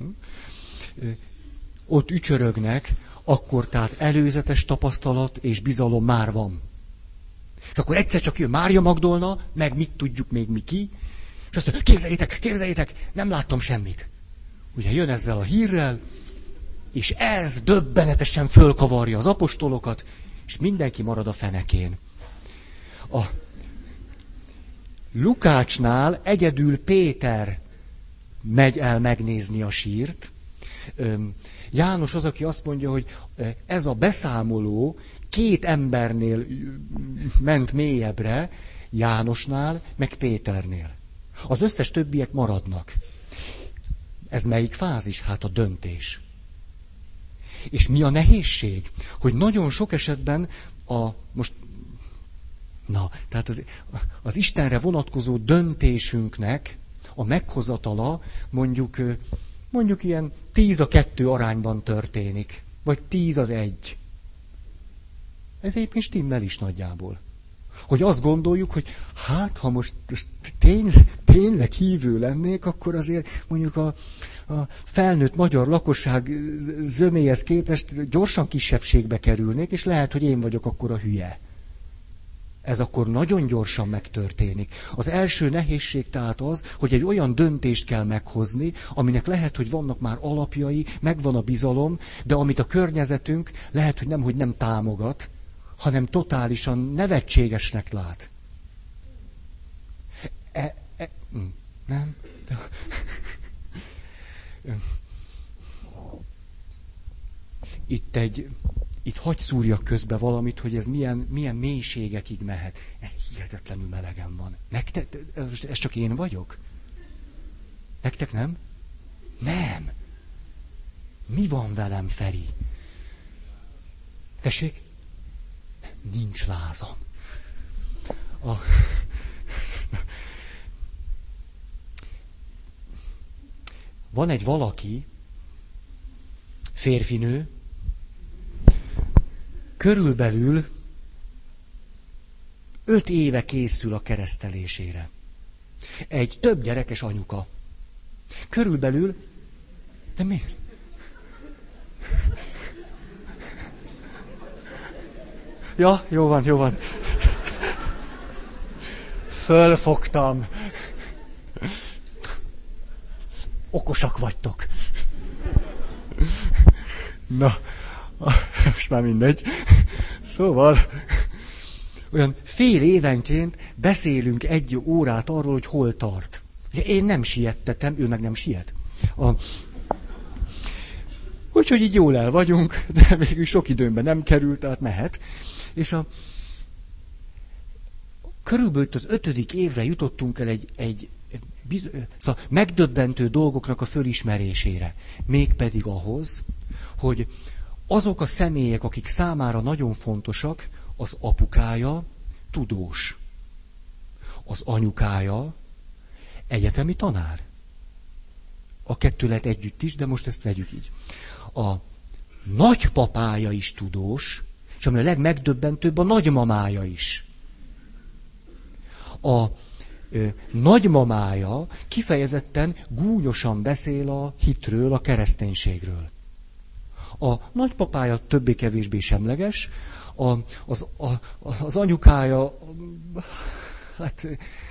ott ücsörögnek, akkor tehát előzetes tapasztalat és bizalom már van. És akkor egyszer csak jön Mária Magdolna, meg mit tudjuk még mi ki, és azt mondja, képzeljétek, nem láttam semmit. Ugye jön ezzel a hírrel, és ez döbbenetesen fölkavarja az apostolokat, és mindenki marad a fenekén. A Lukácsnál egyedül Péter megy el megnézni a sírt. János az, aki azt mondja, hogy ez a beszámoló 2 embernél ment mélyebbre, Jánosnál, meg Péternél. Az összes többiek maradnak. Ez melyik fázis? Hát a döntés. És mi a nehézség? Hogy nagyon sok esetben tehát az Istenre vonatkozó döntésünknek a meghozatala mondjuk ilyen 10-2 arányban történik. Vagy 10-1. Ez egyébként stimmel is nagyjából. Hogy azt gondoljuk, hogy hát, ha most tényleg hívő lennék, akkor azért mondjuk a felnőtt magyar lakosság zöméhez képest gyorsan kisebbségbe kerülnék, és lehet, hogy én vagyok akkor a hülye. Ez akkor nagyon gyorsan megtörténik. Az első nehézség tehát az, hogy egy olyan döntést kell meghozni, aminek lehet, hogy vannak már alapjai, megvan a bizalom, de amit a környezetünk lehet, hogy nem támogat, hanem totálisan nevetségesnek lát. Nem? Itt hagy szúrjak közbe valamit, hogy ez milyen mélységekig mehet. Hihetetlenül melegen van. Nektek, ez csak én vagyok? Nektek nem? Nem. Mi van velem, Feri? Tessék? Nincs lázam. Van egy valaki, férfinő, körülbelül 5 éve készül a keresztelésére. Egy több gyerekes anyuka. Körülbelül... De miért? Ja, jó van. Fölfogtam. Okosak vagytok. Na, most már mindegy. Szóval, olyan fél évenként beszélünk 1 órát arról, hogy hol tart. Én nem siettetem, ő meg nem siet. Úgyhogy így jól el vagyunk, de végül sok időmben nem került, tehát mehet. És körülbelül az 5. évre jutottunk el egy szóval megdöbbentő dolgoknak a fölismerésére. Mégpedig ahhoz, hogy azok a személyek, akik számára nagyon fontosak, az apukája tudós. Az anyukája egyetemi tanár. A 2 lehet együtt is, de most ezt vegyük így. A nagypapája is tudós, és ami a legmegdöbbentőbb, a nagymamája is. A nagymamája kifejezetten gúnyosan beszél a hitről, a kereszténységről. A nagypapája többé-kevésbé semleges, az anyukája, hát,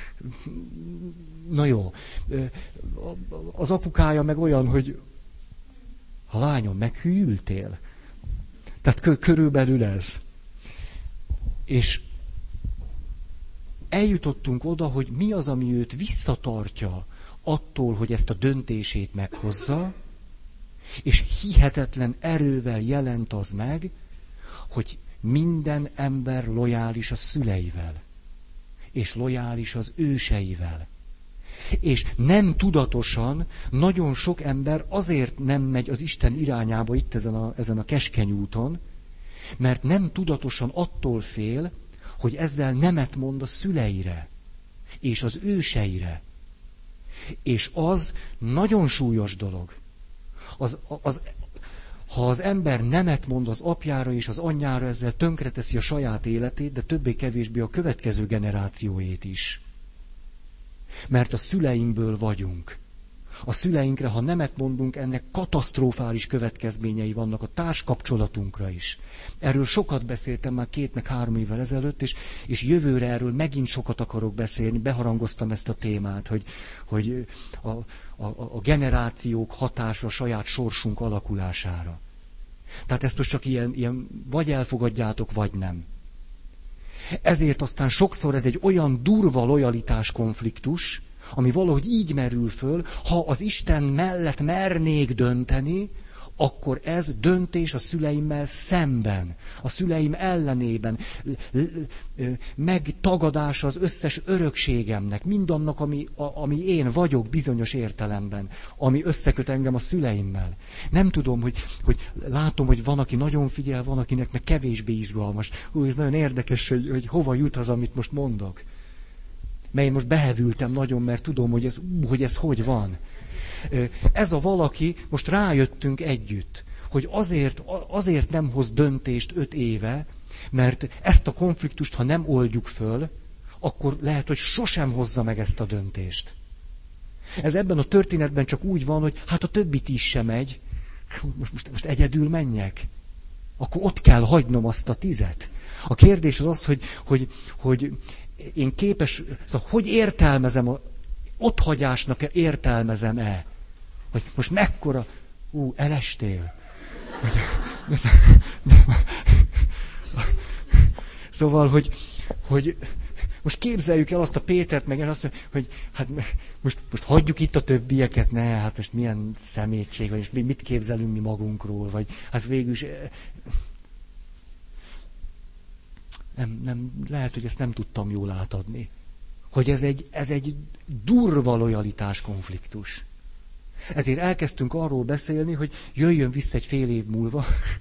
na jó, az apukája meg olyan, hogy ha lányom, meghűltél. Tehát körülbelül ez. És eljutottunk oda, hogy mi az, ami őt visszatartja attól, hogy ezt a döntését meghozza, és hihetetlen erővel jelent az meg, hogy minden ember lojális a szüleivel, és lojális az őseivel. És nem tudatosan nagyon sok ember azért nem megy az Isten irányába itt ezen a keskeny úton, mert nem tudatosan attól fél, hogy ezzel nemet mond a szüleire, és az őseire. És az nagyon súlyos dolog. az, ha az ember nemet mond az apjára és az anyjára, ezzel tönkreteszi a saját életét, de többé-kevésbé a következő generációét is. Mert a szüleinkből vagyunk. A szüleinkre, ha nemet mondunk, ennek katasztrofális következményei vannak a társkapcsolatunkra is. Erről sokat beszéltem már 2-3 évvel ezelőtt, és jövőre erről megint sokat akarok beszélni. Beharangoztam ezt a témát, hogy a generációk hatása a saját sorsunk alakulására. Tehát ezt most csak ilyen vagy elfogadjátok, vagy nem. Ezért aztán sokszor ez egy olyan durva lojalitás konfliktus, ami valahogy így merül föl, ha az Isten mellett mernék dönteni, akkor ez döntés a szüleimmel szemben, a szüleim ellenében, megtagadása az összes örökségemnek, mindannak, ami én vagyok bizonyos értelemben, ami összeköt engem a szüleimmel. Nem tudom, hogy látom, hogy van, aki nagyon figyel, van, akinek meg kevésbé izgalmas. Ez nagyon érdekes, hogy hova jut az, amit most mondok. Mert én most behevültem nagyon, mert tudom, hogy ez hogy van. Ez a valaki, most rájöttünk együtt, hogy azért nem hoz döntést 5 éve, mert ezt a konfliktust, ha nem oldjuk föl, akkor lehet, hogy sosem hozza meg ezt a döntést. Ez ebben a történetben csak úgy van, hogy hát a többit is sem megy, most egyedül menjek. Akkor ott kell hagynom azt a 10. A kérdés az, hogy én képes, szóval hogy értelmezem, otthagyásnak értelmezem-e? Hogy most mekkora, elestél. Szóval, hogy most képzeljük el azt a Pétert, meg azt, hogy hát most hagyjuk itt a többieket, hát most milyen szemétség, vagy mit képzelünk mi magunkról, vagy hát végül is... Nem, lehet, hogy ezt nem tudtam jól átadni. Hogy ez egy durva lojalitás konfliktus. Ezért elkezdtünk arról beszélni, hogy jöjjön vissza egy fél év múlva,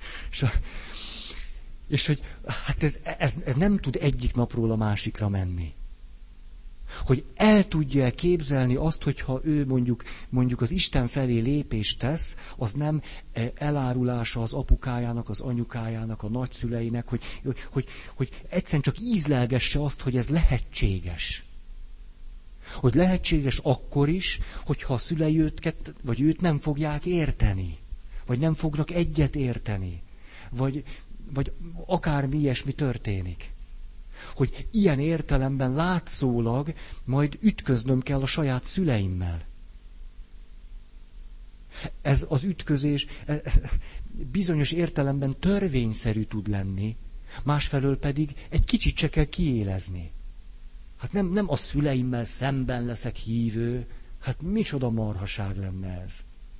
és hogy hát ez nem tud egyik napról a másikra menni. Hogy el tudja képzelni azt, hogyha ő mondjuk az Isten felé lépést tesz, az nem elárulása az apukájának, az anyukájának, a nagyszüleinek, hogy egyszerűen csak ízlelgesse azt, hogy ez lehetséges. Hogy lehetséges akkor is, hogyha a szülei őt nem fogják érteni, vagy nem fognak egyet érteni, vagy akármi ilyesmi történik. Hogy ilyen értelemben látszólag majd ütköznöm kell a saját szüleimmel. Ez az ütközés bizonyos értelemben törvényszerű tud lenni, másfelől pedig egy kicsit se kell kiélezni. Hát nem a szüleimmel szemben leszek hívő, hát micsoda marhaság lenne ez.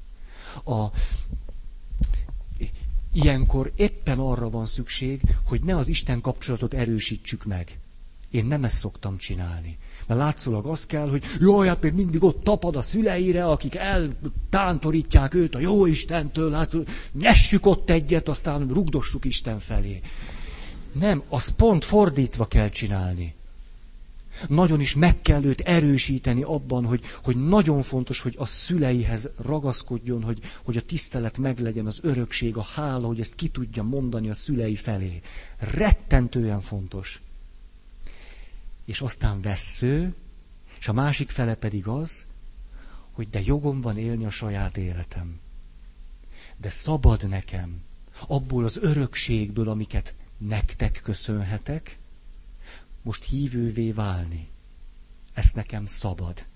Ilyenkor éppen arra van szükség, hogy ne az Isten kapcsolatot erősítsük meg. Én nem ezt szoktam csinálni. Mert látszólag az kell, hogy jaj, hát még mindig ott tapad a szüleire, akik eltántorítják őt a jó Istentől, hát nyessük ott egyet, aztán rugdossuk Isten felé. Nem, azt pont fordítva kell csinálni. Nagyon is meg kell őt erősíteni abban, hogy nagyon fontos, hogy a szüleihez ragaszkodjon, hogy a tisztelet meglegyen, az örökség, a hála, hogy ezt ki tudja mondani a szülei felé. Rettentően fontos. És aztán vessző, és a másik fele pedig az, hogy de jogom van élni a saját életem. De szabad nekem abból az örökségből, amiket nektek köszönhetek, most hívővé válni. Ez nekem szabad.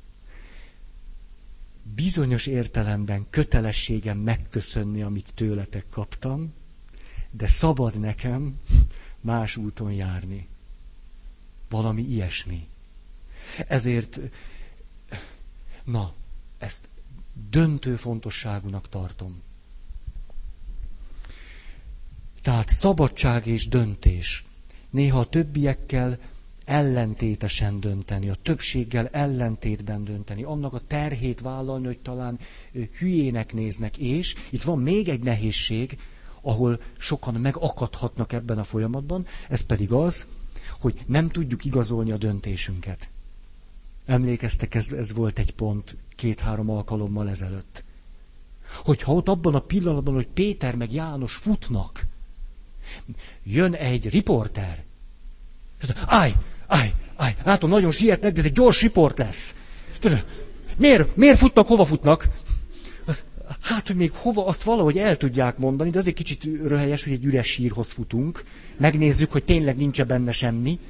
Bizonyos értelemben kötelességem megköszönni, amit tőletek kaptam, de szabad nekem más úton járni. Valami ilyesmi. Ezért, ezt döntő fontosságúnak tartom. Tehát szabadság és döntés. Néha a többiekkel ellentétesen dönteni, a többséggel ellentétben dönteni, annak a terhét vállalni, hogy talán hülyének néznek, és itt van még egy nehézség, ahol sokan megakadhatnak ebben a folyamatban, ez pedig az, hogy nem tudjuk igazolni a döntésünket. Emlékeztek, ez volt egy pont 2-3 alkalommal ezelőtt. Hogyha ott abban a pillanatban, hogy Péter meg János futnak, jön egy riporter, és azt mondja, állj, látom, nagyon sietnek, de ez egy gyors riport lesz. Miért futnak, hova futnak? Hát, hogy még hova, azt valahogy el tudják mondani, de azért kicsit röhelyes, hogy egy üres sírhoz futunk. Megnézzük, hogy tényleg nincs benne semmi.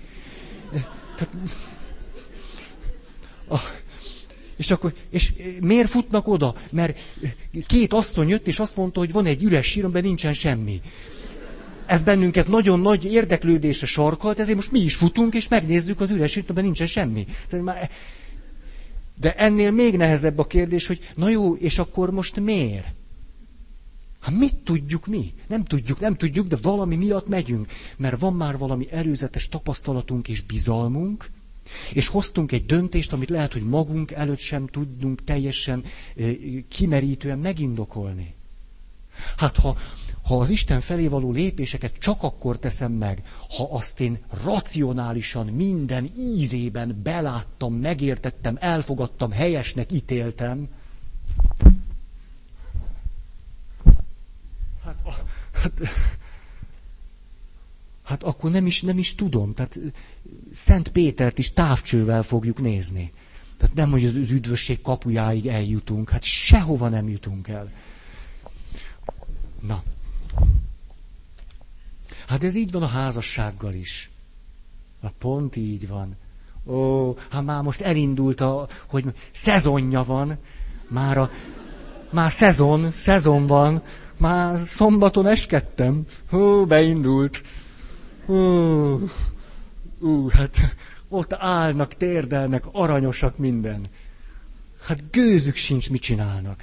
És miért futnak oda? Mert két asszony jött, és azt mondta, hogy van egy üres sír, amiben nincsen semmi. Ez bennünket nagyon nagy érdeklődésre sarkalt, ezért most mi is futunk, és megnézzük az üres sírt, amiben nincsen semmi. De ennél még nehezebb a kérdés, hogy na jó, és akkor most miért? Hát mit tudjuk mi? Nem tudjuk, de valami miatt megyünk. Mert van már valami előzetes tapasztalatunk és bizalmunk, és hoztunk egy döntést, amit lehet, hogy magunk előtt sem tudunk teljesen kimerítően megindokolni. Hát ha az Isten felé való lépéseket csak akkor teszem meg, ha azt én racionálisan minden ízében beláttam, megértettem, elfogadtam, helyesnek ítéltem, hát akkor nem is tudom. Tehát Szent Pétert is távcsővel fogjuk nézni. Tehát nem, hogy az üdvösség kapujáig eljutunk. Hát sehova nem jutunk el. Na. Hát ez így van a házassággal is. Na, pont így van. Hát már most elindult hogy szezonja van. Már szezon van. Már szombaton eskedtem. Beindult. Hát ott állnak, térdelnek, aranyosak minden. Hát gőzük sincs, mit csinálnak.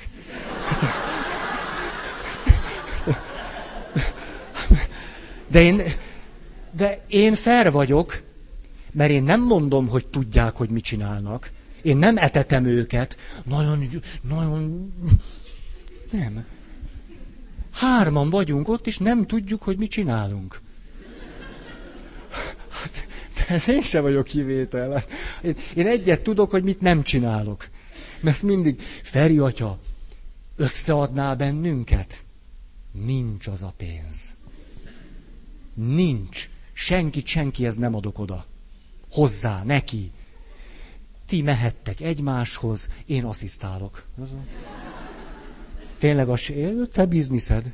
De én fair vagyok, mert én nem mondom, hogy tudják, hogy mit csinálnak. Én nem etetem őket. Nagyon... Nem. 3 vagyunk ott, és nem tudjuk, hogy mit csinálunk. De én sem vagyok kivétel. Én egyet tudok, hogy mit nem csinálok. Mert mindig, Feri atya, összeadnál bennünket? Nincs az a pénz. Nincs. Senkihez nem adok oda. Hozzá, neki. Ti mehettek egymáshoz, én asszisztálok. Tényleg te bizniszed.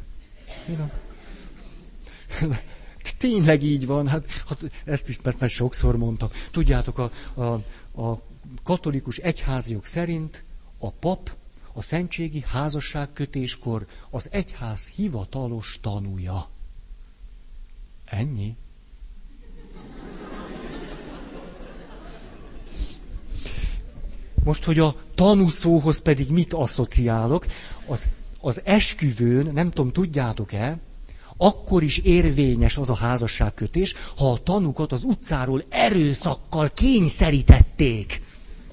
Tényleg így van, hát ezt már sokszor mondtam. Tudjátok, a katolikus egyházjog szerint a pap a szentségi házasságkötéskor az egyház hivatalos tanúja. Ennyi. Most, hogy a tanú szóhoz pedig mit asszociálok, az esküvőn, nem tudom, tudjátok-e, akkor is érvényes az a házasságkötés, ha a tanúkat az utcáról erőszakkal kényszerítették.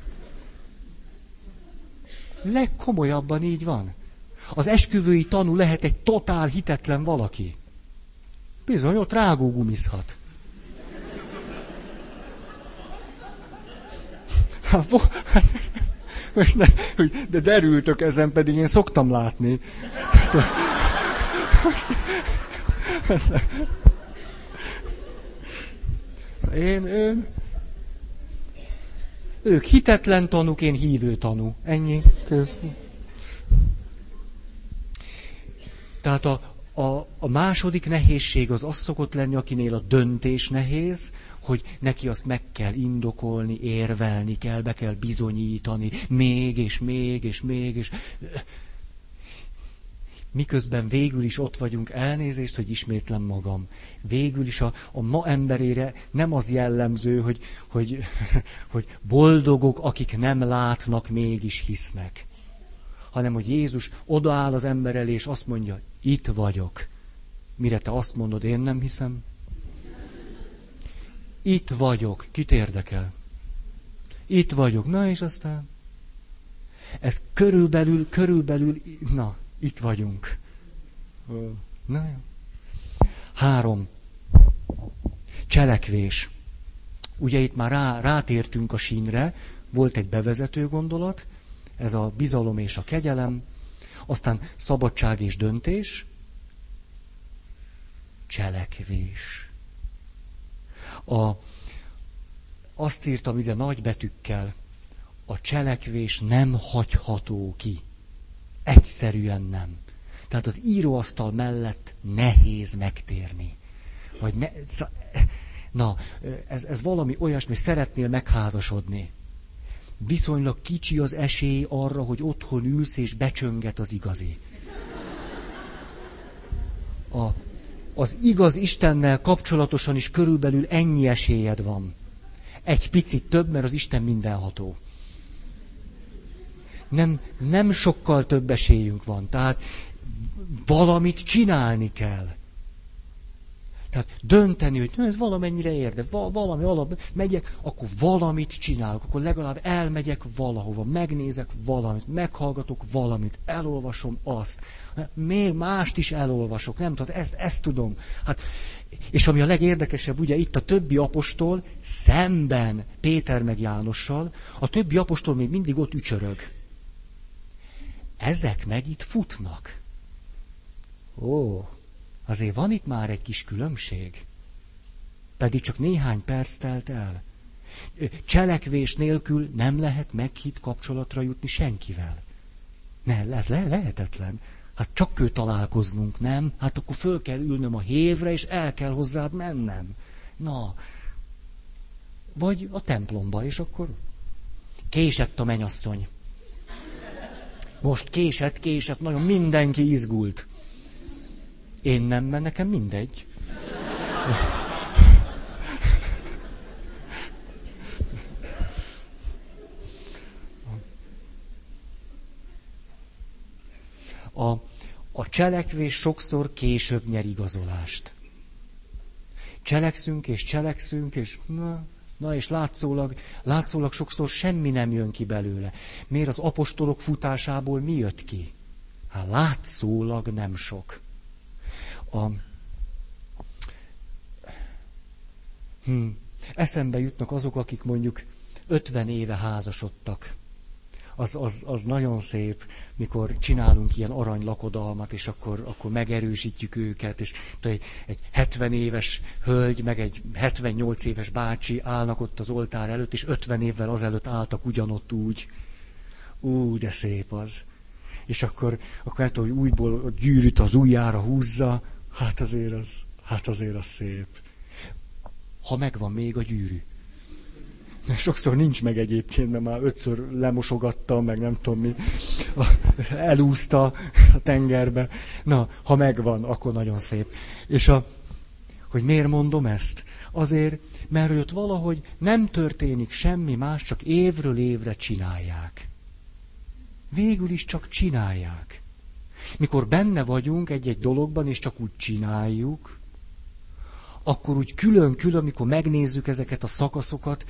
Legkomolyabban így van. Az esküvői tanú lehet egy totál hitetlen valaki. Bizony, ott rágógumizhat. Most de derültök ezen, pedig én szoktam látni. Ők hitetlen tanúk, én hívő tanú. Ennyi. Tehát a második nehézség az szokott lenni, akinél a döntés nehéz, hogy neki azt meg kell indokolni, érvelni kell, be kell bizonyítani, még és még és még és... Miközben végül is ott vagyunk, elnézést, hogy ismétlem magam. Végül is a ma emberére nem az jellemző, hogy boldogok, akik nem látnak, mégis hisznek. Hanem, hogy Jézus odaáll az ember elé, és azt mondja, itt vagyok. Mire te azt mondod, én nem hiszem? Itt vagyok. Kit érdekel? Itt vagyok. Na, és aztán? Ez körülbelül, na, itt vagyunk. Na jó. 3. Cselekvés. Ugye itt már rátértünk a sínre, volt egy bevezető gondolat, ez a bizalom és a kegyelem. Aztán szabadság és döntés, cselekvés. Azt írtam ide nagy betűkkel, a cselekvés nem hagyható ki. Egyszerűen nem. Tehát az íróasztal mellett nehéz megtérni. Ez valami olyasmi, szeretnél megházasodni. Viszonylag kicsi az esély arra, hogy otthon ülsz és becsönget az igazi. Az igaz Istennel kapcsolatosan is körülbelül ennyi esélyed van. Egy picit több, mert az Isten mindenható. Nem sokkal több esélyünk van. Tehát valamit csinálni kell. Tehát dönteni, hogy ez valamennyire érdekel, valami alap, megyek, akkor valamit csinálok, akkor legalább elmegyek valahova, megnézek valamit, meghallgatok valamit, elolvasom azt. Még mást is elolvasok, nem tudom, ezt tudom. Hát, és ami a legérdekesebb, ugye itt a többi apostol szemben Péter meg Jánossal, a többi apostol még mindig ott ücsörög. Ezek meg itt futnak. Azért van itt már egy kis különbség. Pedig csak néhány perc telt el. Cselekvés nélkül nem lehet meghitt kapcsolatra jutni senkivel. Ez lehetetlen. Hát csak ő találkoznunk, nem? Hát akkor föl kell ülnöm a hévre, és el kell hozzád mennem. Vagy a templomba, és akkor késett a mennyasszony. Most késett, nagyon mindenki izgult. Én nem, mert nekem mindegy. A cselekvés sokszor később nyer igazolást. Cselekszünk, és és látszólag sokszor semmi nem jön ki belőle. Miért az apostolok futásából mi jött ki? Hát látszólag nem sok. Eszembe jutnak azok, akik mondjuk 50 éve házasodtak. Az nagyon szép, mikor csinálunk ilyen aranylakodalmat, és akkor megerősítjük őket, és egy 70 éves hölgy, meg egy 78 éves bácsi állnak ott az oltár előtt, és 50 évvel azelőtt álltak ugyanott úgy. De szép az. És akkor nem tudom, hogy újból a gyűrűt az ujjára húzza, hát azért az szép. Ha megvan még a gyűrű. Sokszor nincs meg egyébként, mert már 5-ször lemosogatta, meg nem tudom mi, elúszta a tengerbe. Ha megvan, akkor nagyon szép. És hogy miért mondom ezt? Azért, mert ott valahogy nem történik semmi más, csak évről évre csinálják. Végül is csak csinálják. Mikor benne vagyunk egy-egy dologban, és csak úgy csináljuk, akkor úgy külön-külön, amikor megnézzük ezeket a szakaszokat,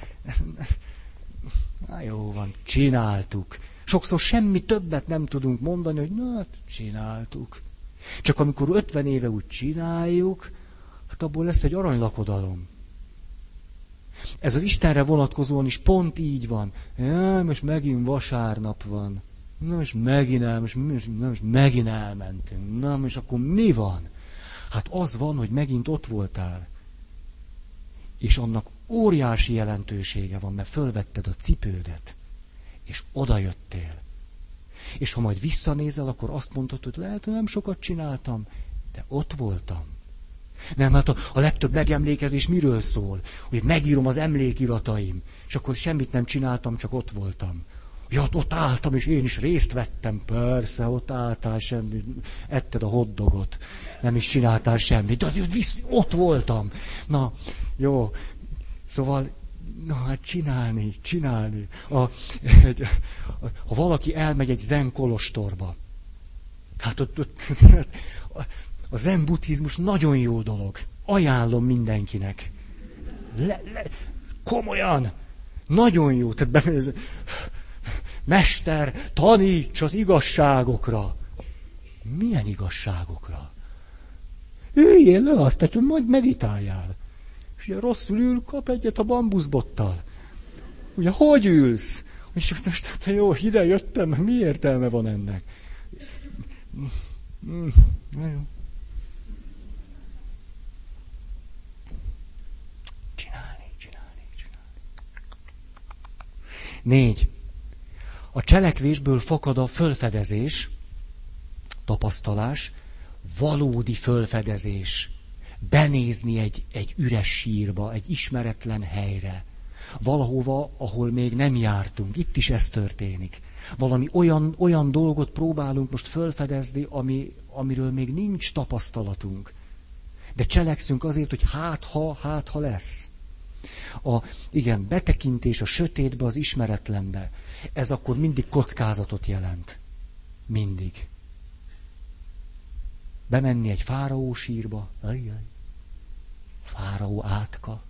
jó van, csináltuk. Sokszor semmi többet nem tudunk mondani, hogy csináltuk. Csak amikor 50 éve úgy csináljuk, hát abból lesz egy aranylakodalom. Ez az Istenre vonatkozóan is pont így van. Most megint vasárnap van. Most megint elmentünk. És akkor mi van? Hát az van, hogy megint ott voltál. És annak óriási jelentősége van, mert fölvetted a cipődet, és odajöttél. És ha majd visszanézel, akkor azt mondod, hogy lehet, hogy nem sokat csináltam, de ott voltam. Nem, hát a legtöbb megemlékezés miről szól? Hogy megírom az emlékirataim, és akkor semmit nem csináltam, csak ott voltam. Ja, ott álltam, és én is részt vettem. Persze, ott álltál, semmit, etted a hotdogot, nem is csináltál semmit, de azért ott voltam. Jó, szóval, hát csinálni. Ha valaki elmegy egy zen kolostorba, hát ott a zen buddhizmus nagyon jó dolog. Ajánlom mindenkinek. Komolyan! Nagyon jó. Tehát Mester, taníts az igazságokra. Milyen igazságokra? Üljél le azt, hogy majd meditáljál. És ugye rosszul ül, kap egyet a bambuszbottal. Ugye, hogy ülsz? És most jó, ide jöttem, mi értelme van ennek? Csinálni. 4. A cselekvésből fakad a fölfedezés, tapasztalás, valódi fölfedezés. Benézni egy üres sírba, egy ismeretlen helyre. Valahova, ahol még nem jártunk. Itt is ez történik. Valami olyan dolgot próbálunk most fölfedezni, amiről még nincs tapasztalatunk. De cselekszünk azért, hogy hát ha lesz. Igen, betekintés a sötétbe, az ismeretlenbe. Ez akkor mindig kockázatot jelent. Mindig. Bemenni egy fáraó sírba. Ajjaj. Fáraó átka.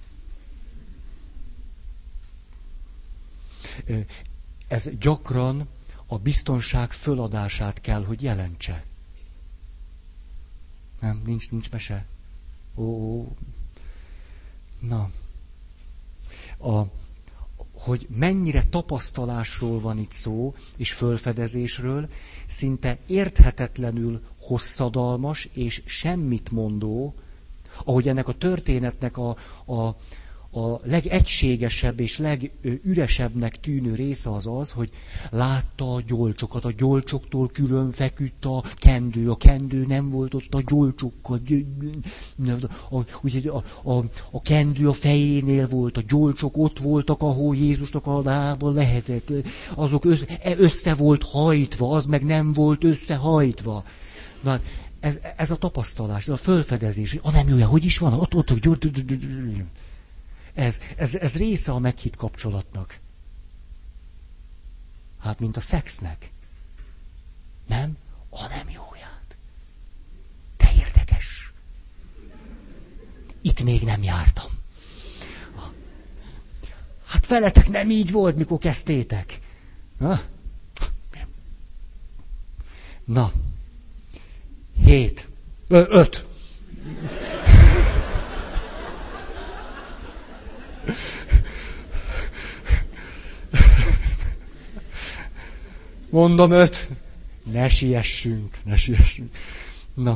Ez gyakran a biztonság föladását kell, hogy jelentse. Nem, nincs mese. Ó. Na. Hogy mennyire tapasztalásról van itt szó, és fölfedezésről, szinte érthetetlenül hosszadalmas és semmit mondó, ahogy ennek a történetnek a legegységesebb és legüresebbnek tűnő része az, hogy látta a gyolcsokat, a gyolcsoktól külön feküdt a kendő nem volt ott a gyolcsokkal, úgyhogy a kendő a fejénél volt, a gyolcsok ott voltak, ahol Jézusnak a lába lehetett, azok össze volt hajtva, az meg nem volt összehajtva. Na, ez a tapasztalás, ez a fölfedezés, nem jó, hogy is van, ott Ez része a meghitt kapcsolatnak. Hát, mint a szexnek. Nem? Nem jóját. De érdekes. Itt még nem jártam. Hát veletek nem így volt, mikor kezdtétek. Na. 5. Mondom 5. Ne siessünk. Na.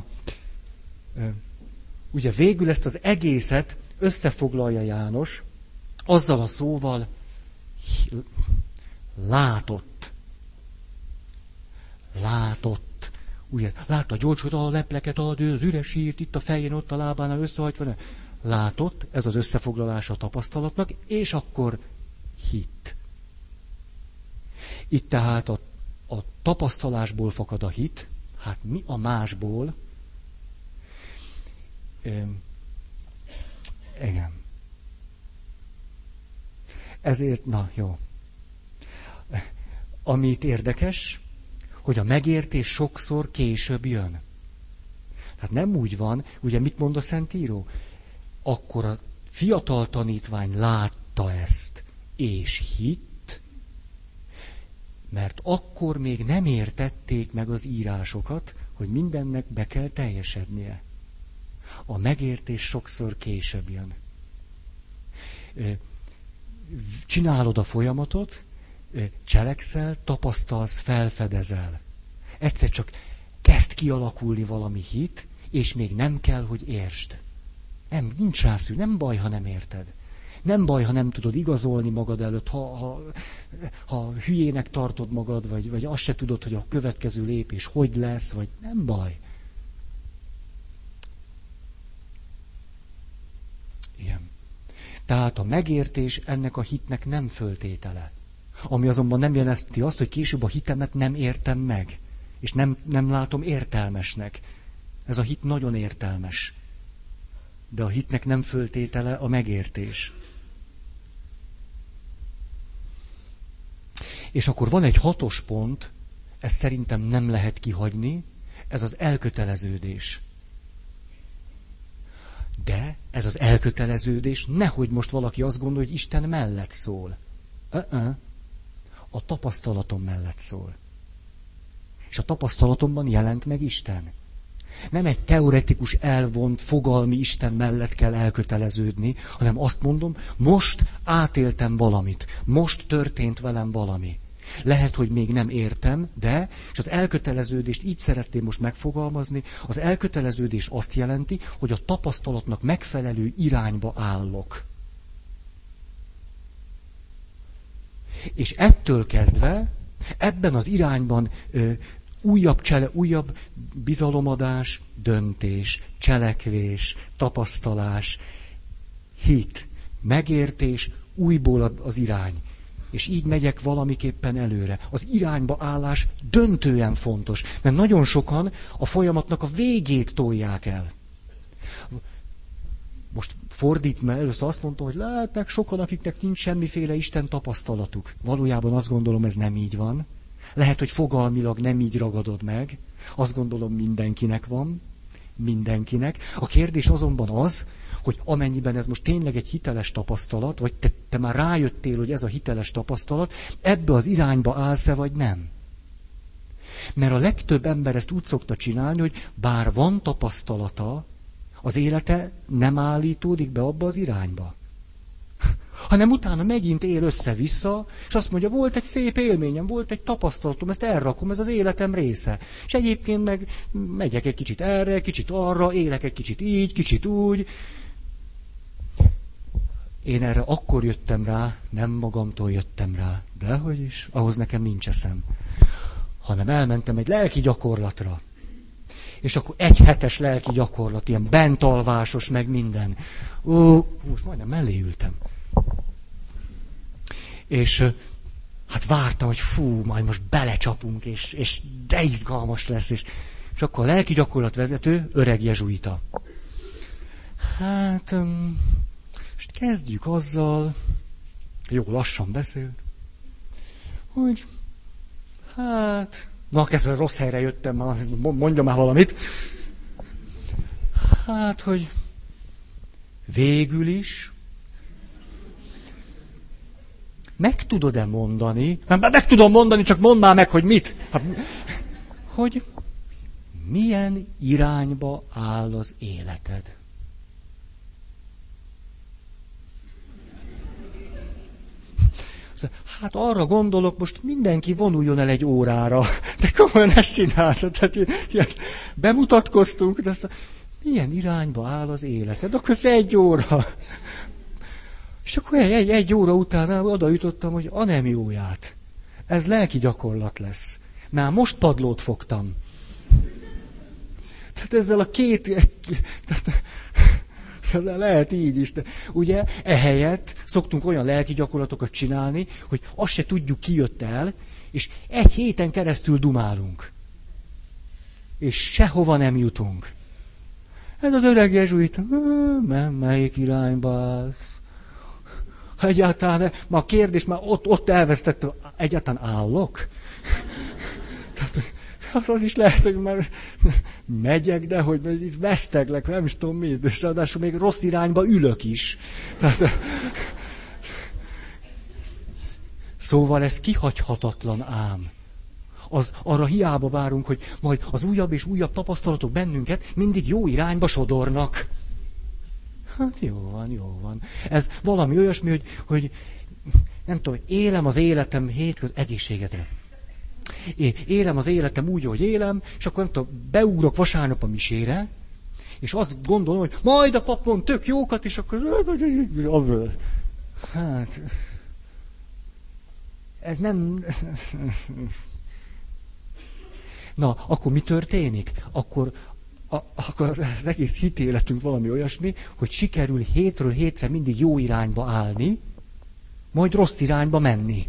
Ugye végül ezt az egészet összefoglalja János azzal a szóval, látott. Ugye, látta a gyolcsot, a lepleket, az üres sírt, itt a fején, ott a lábánál összehajtva. Látott, ez az összefoglalása a tapasztalatnak, és akkor hitt. Itt tehát a tapasztalásból fakad a hit, hát mi a másból? Igen. Ezért, na jó. Amit érdekes, hogy a megértés sokszor később jön. Tehát nem úgy van, ugye mit mond a Szentíró? Akkor a fiatal tanítvány látta ezt, és hitt, mert akkor még nem értették meg az írásokat, hogy mindennek be kell teljesednie. A megértés sokszor később jön. Csinálod a folyamatot, cselekszel, tapasztalsz, felfedezel. Egyszer csak kezd kialakulni valami hit, és még nem kell, hogy értsd. Nem, nincs rá szükség, nem baj, ha nem érted. Nem baj, ha nem tudod igazolni magad előtt, ha hülyének tartod magad, vagy azt se tudod, hogy a következő lépés hogy lesz, vagy nem baj. Igen. Tehát a megértés ennek a hitnek nem föltétele. Ami azonban nem jelenti azt, hogy később a hitemet nem értem meg, és nem látom értelmesnek. Ez a hit nagyon értelmes. De a hitnek nem föltétele a megértés. És akkor van egy 6. pont, ezt szerintem nem lehet kihagyni, ez az elköteleződés. De ez az elköteleződés, nehogy most valaki azt gondolja, hogy Isten mellett szól. A tapasztalatom mellett szól. És a tapasztalatomban jelent meg Isten. Nem egy teoretikus, elvont, fogalmi Isten mellett kell elköteleződni, hanem azt mondom, most átéltem valamit, most történt velem valami. Lehet, hogy még nem értem, de, és az elköteleződést így szeretném most megfogalmazni, az elköteleződés azt jelenti, hogy a tapasztalatnak megfelelő irányba állok. És ettől kezdve, ebben az irányban újabb bizalomadás, döntés, cselekvés, tapasztalás, hit, megértés, újból az irány. És így megyek valamiképpen előre. Az irányba állás döntően fontos, mert nagyon sokan a folyamatnak a végét tolják el. Most fordítva, először azt mondtam, hogy lehetnek sokan, akiknek nincs semmiféle Isten tapasztalatuk. Valójában azt gondolom, ez nem így van. Lehet, hogy fogalmilag nem így ragadod meg. Azt gondolom, mindenkinek van. Mindenkinek. A kérdés azonban az, hogy amennyiben ez most tényleg egy hiteles tapasztalat, vagy te már rájöttél, hogy ez a hiteles tapasztalat, ebbe az irányba állsz-e, vagy nem. Mert a legtöbb ember ezt úgy szokta csinálni, hogy bár van tapasztalata, az élete nem állítódik be abba az irányba. Hanem utána megint él össze-vissza, és azt mondja, volt egy szép élményem, volt egy tapasztalatom, ezt elrakom, ez az életem része. És egyébként meg megyek egy kicsit erre, kicsit arra, élek egy kicsit így, kicsit úgy. Én erre akkor jöttem rá, nem magamtól jöttem rá, dehogy is, ahhoz nekem nincs eszem. Hanem elmentem egy lelki gyakorlatra. És akkor egy hetes lelki gyakorlat, ilyen bentalvásos, meg minden. Most majdnem mellé ültem. És hát vártam, hogy majd most belecsapunk, és de izgalmas lesz. És akkor a lelki gyakorlatvezető, öreg jezsuita. Hát, most kezdjük azzal, jó lassan beszélt, hogy hát, kezdve rossz helyre jöttem, mondja már valamit. Hát, hogy végül is meg tudod-e mondani? Meg tudom mondani, csak mondd már meg, hogy mit. Hát, hogy milyen irányba áll az életed. Hát arra gondolok, most mindenki vonuljon el egy órára. De komolyan ezt csináltad. Tehát bemutatkoztunk, de milyen irányba áll az életed? Akkor egy óra. És akkor egy óra után oda jutottam, hogy anemióját. Ez lelki gyakorlat lesz. Már most padlót fogtam. Tehát ezzel a tehát lehet így is. De ugye ehelyett szoktunk olyan lelki gyakorlatokat csinálni, hogy azt se tudjuk, ki jött el, és egy héten keresztül dumálunk. És sehova nem jutunk. Ez az öreg jezsuita, melyik irányba állsz? Egyáltalán, már a kérdés, már ott elvesztettem, egyáltalán állok? Tehát az is lehet, hogy már megyek, de hogy veszteglek, nem is tudom mi, és ráadásul még rossz irányba ülök is. Tehát, szóval ez kihagyhatatlan ám. Arra hiába várunk, hogy majd az újabb és újabb tapasztalatok bennünket mindig jó irányba sodornak. Hát jó van. Ez valami olyasmi, hogy nem tudom, élem az életem egészségedre. Élem az életem úgy, ahogy élem, és akkor nem tudom, beugrok vasárnap a misére, és azt gondolom, hogy majd a pap mond tök jókat, és akkor... Hát... Ez nem... Na, akkor mi történik? Akkor az egész hitéletünk valami olyasmi, hogy sikerül hétről hétre mindig jó irányba állni, majd rossz irányba menni.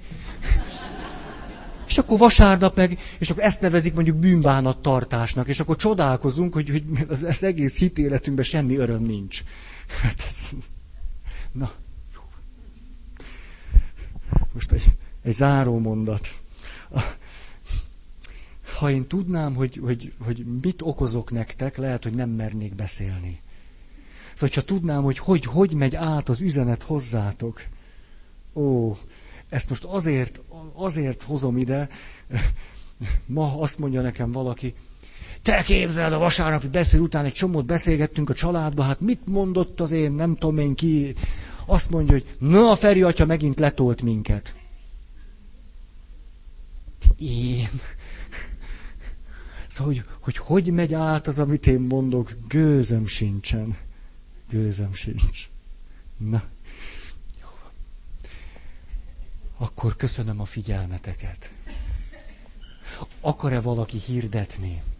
És akkor vasárnap meg, és akkor ezt nevezik mondjuk bűnbánattartásnak, és akkor csodálkozunk, hogy az egész hitéletünkben semmi öröm nincs. Na, most egy záró mondat. Ha én tudnám, hogy mit okozok nektek, lehet, hogy nem mernék beszélni. Szóval, hogyha tudnám, hogy megy át az üzenet hozzátok. Ezt most azért hozom ide. Ma azt mondja nekem valaki, te képzeld, a vasárnapi beszél után egy csomót beszélgettünk a családba, hát mit mondott az én, nem tudom én ki. Azt mondja, hogy na, a Feri atya megint letolt minket. Én. Szóval, hogy megy át az, amit én mondok, gőzöm sincsen. Gőzöm sincs. Na. Jó. Akkor köszönöm a figyelmeteket. Akar-e valaki hirdetni?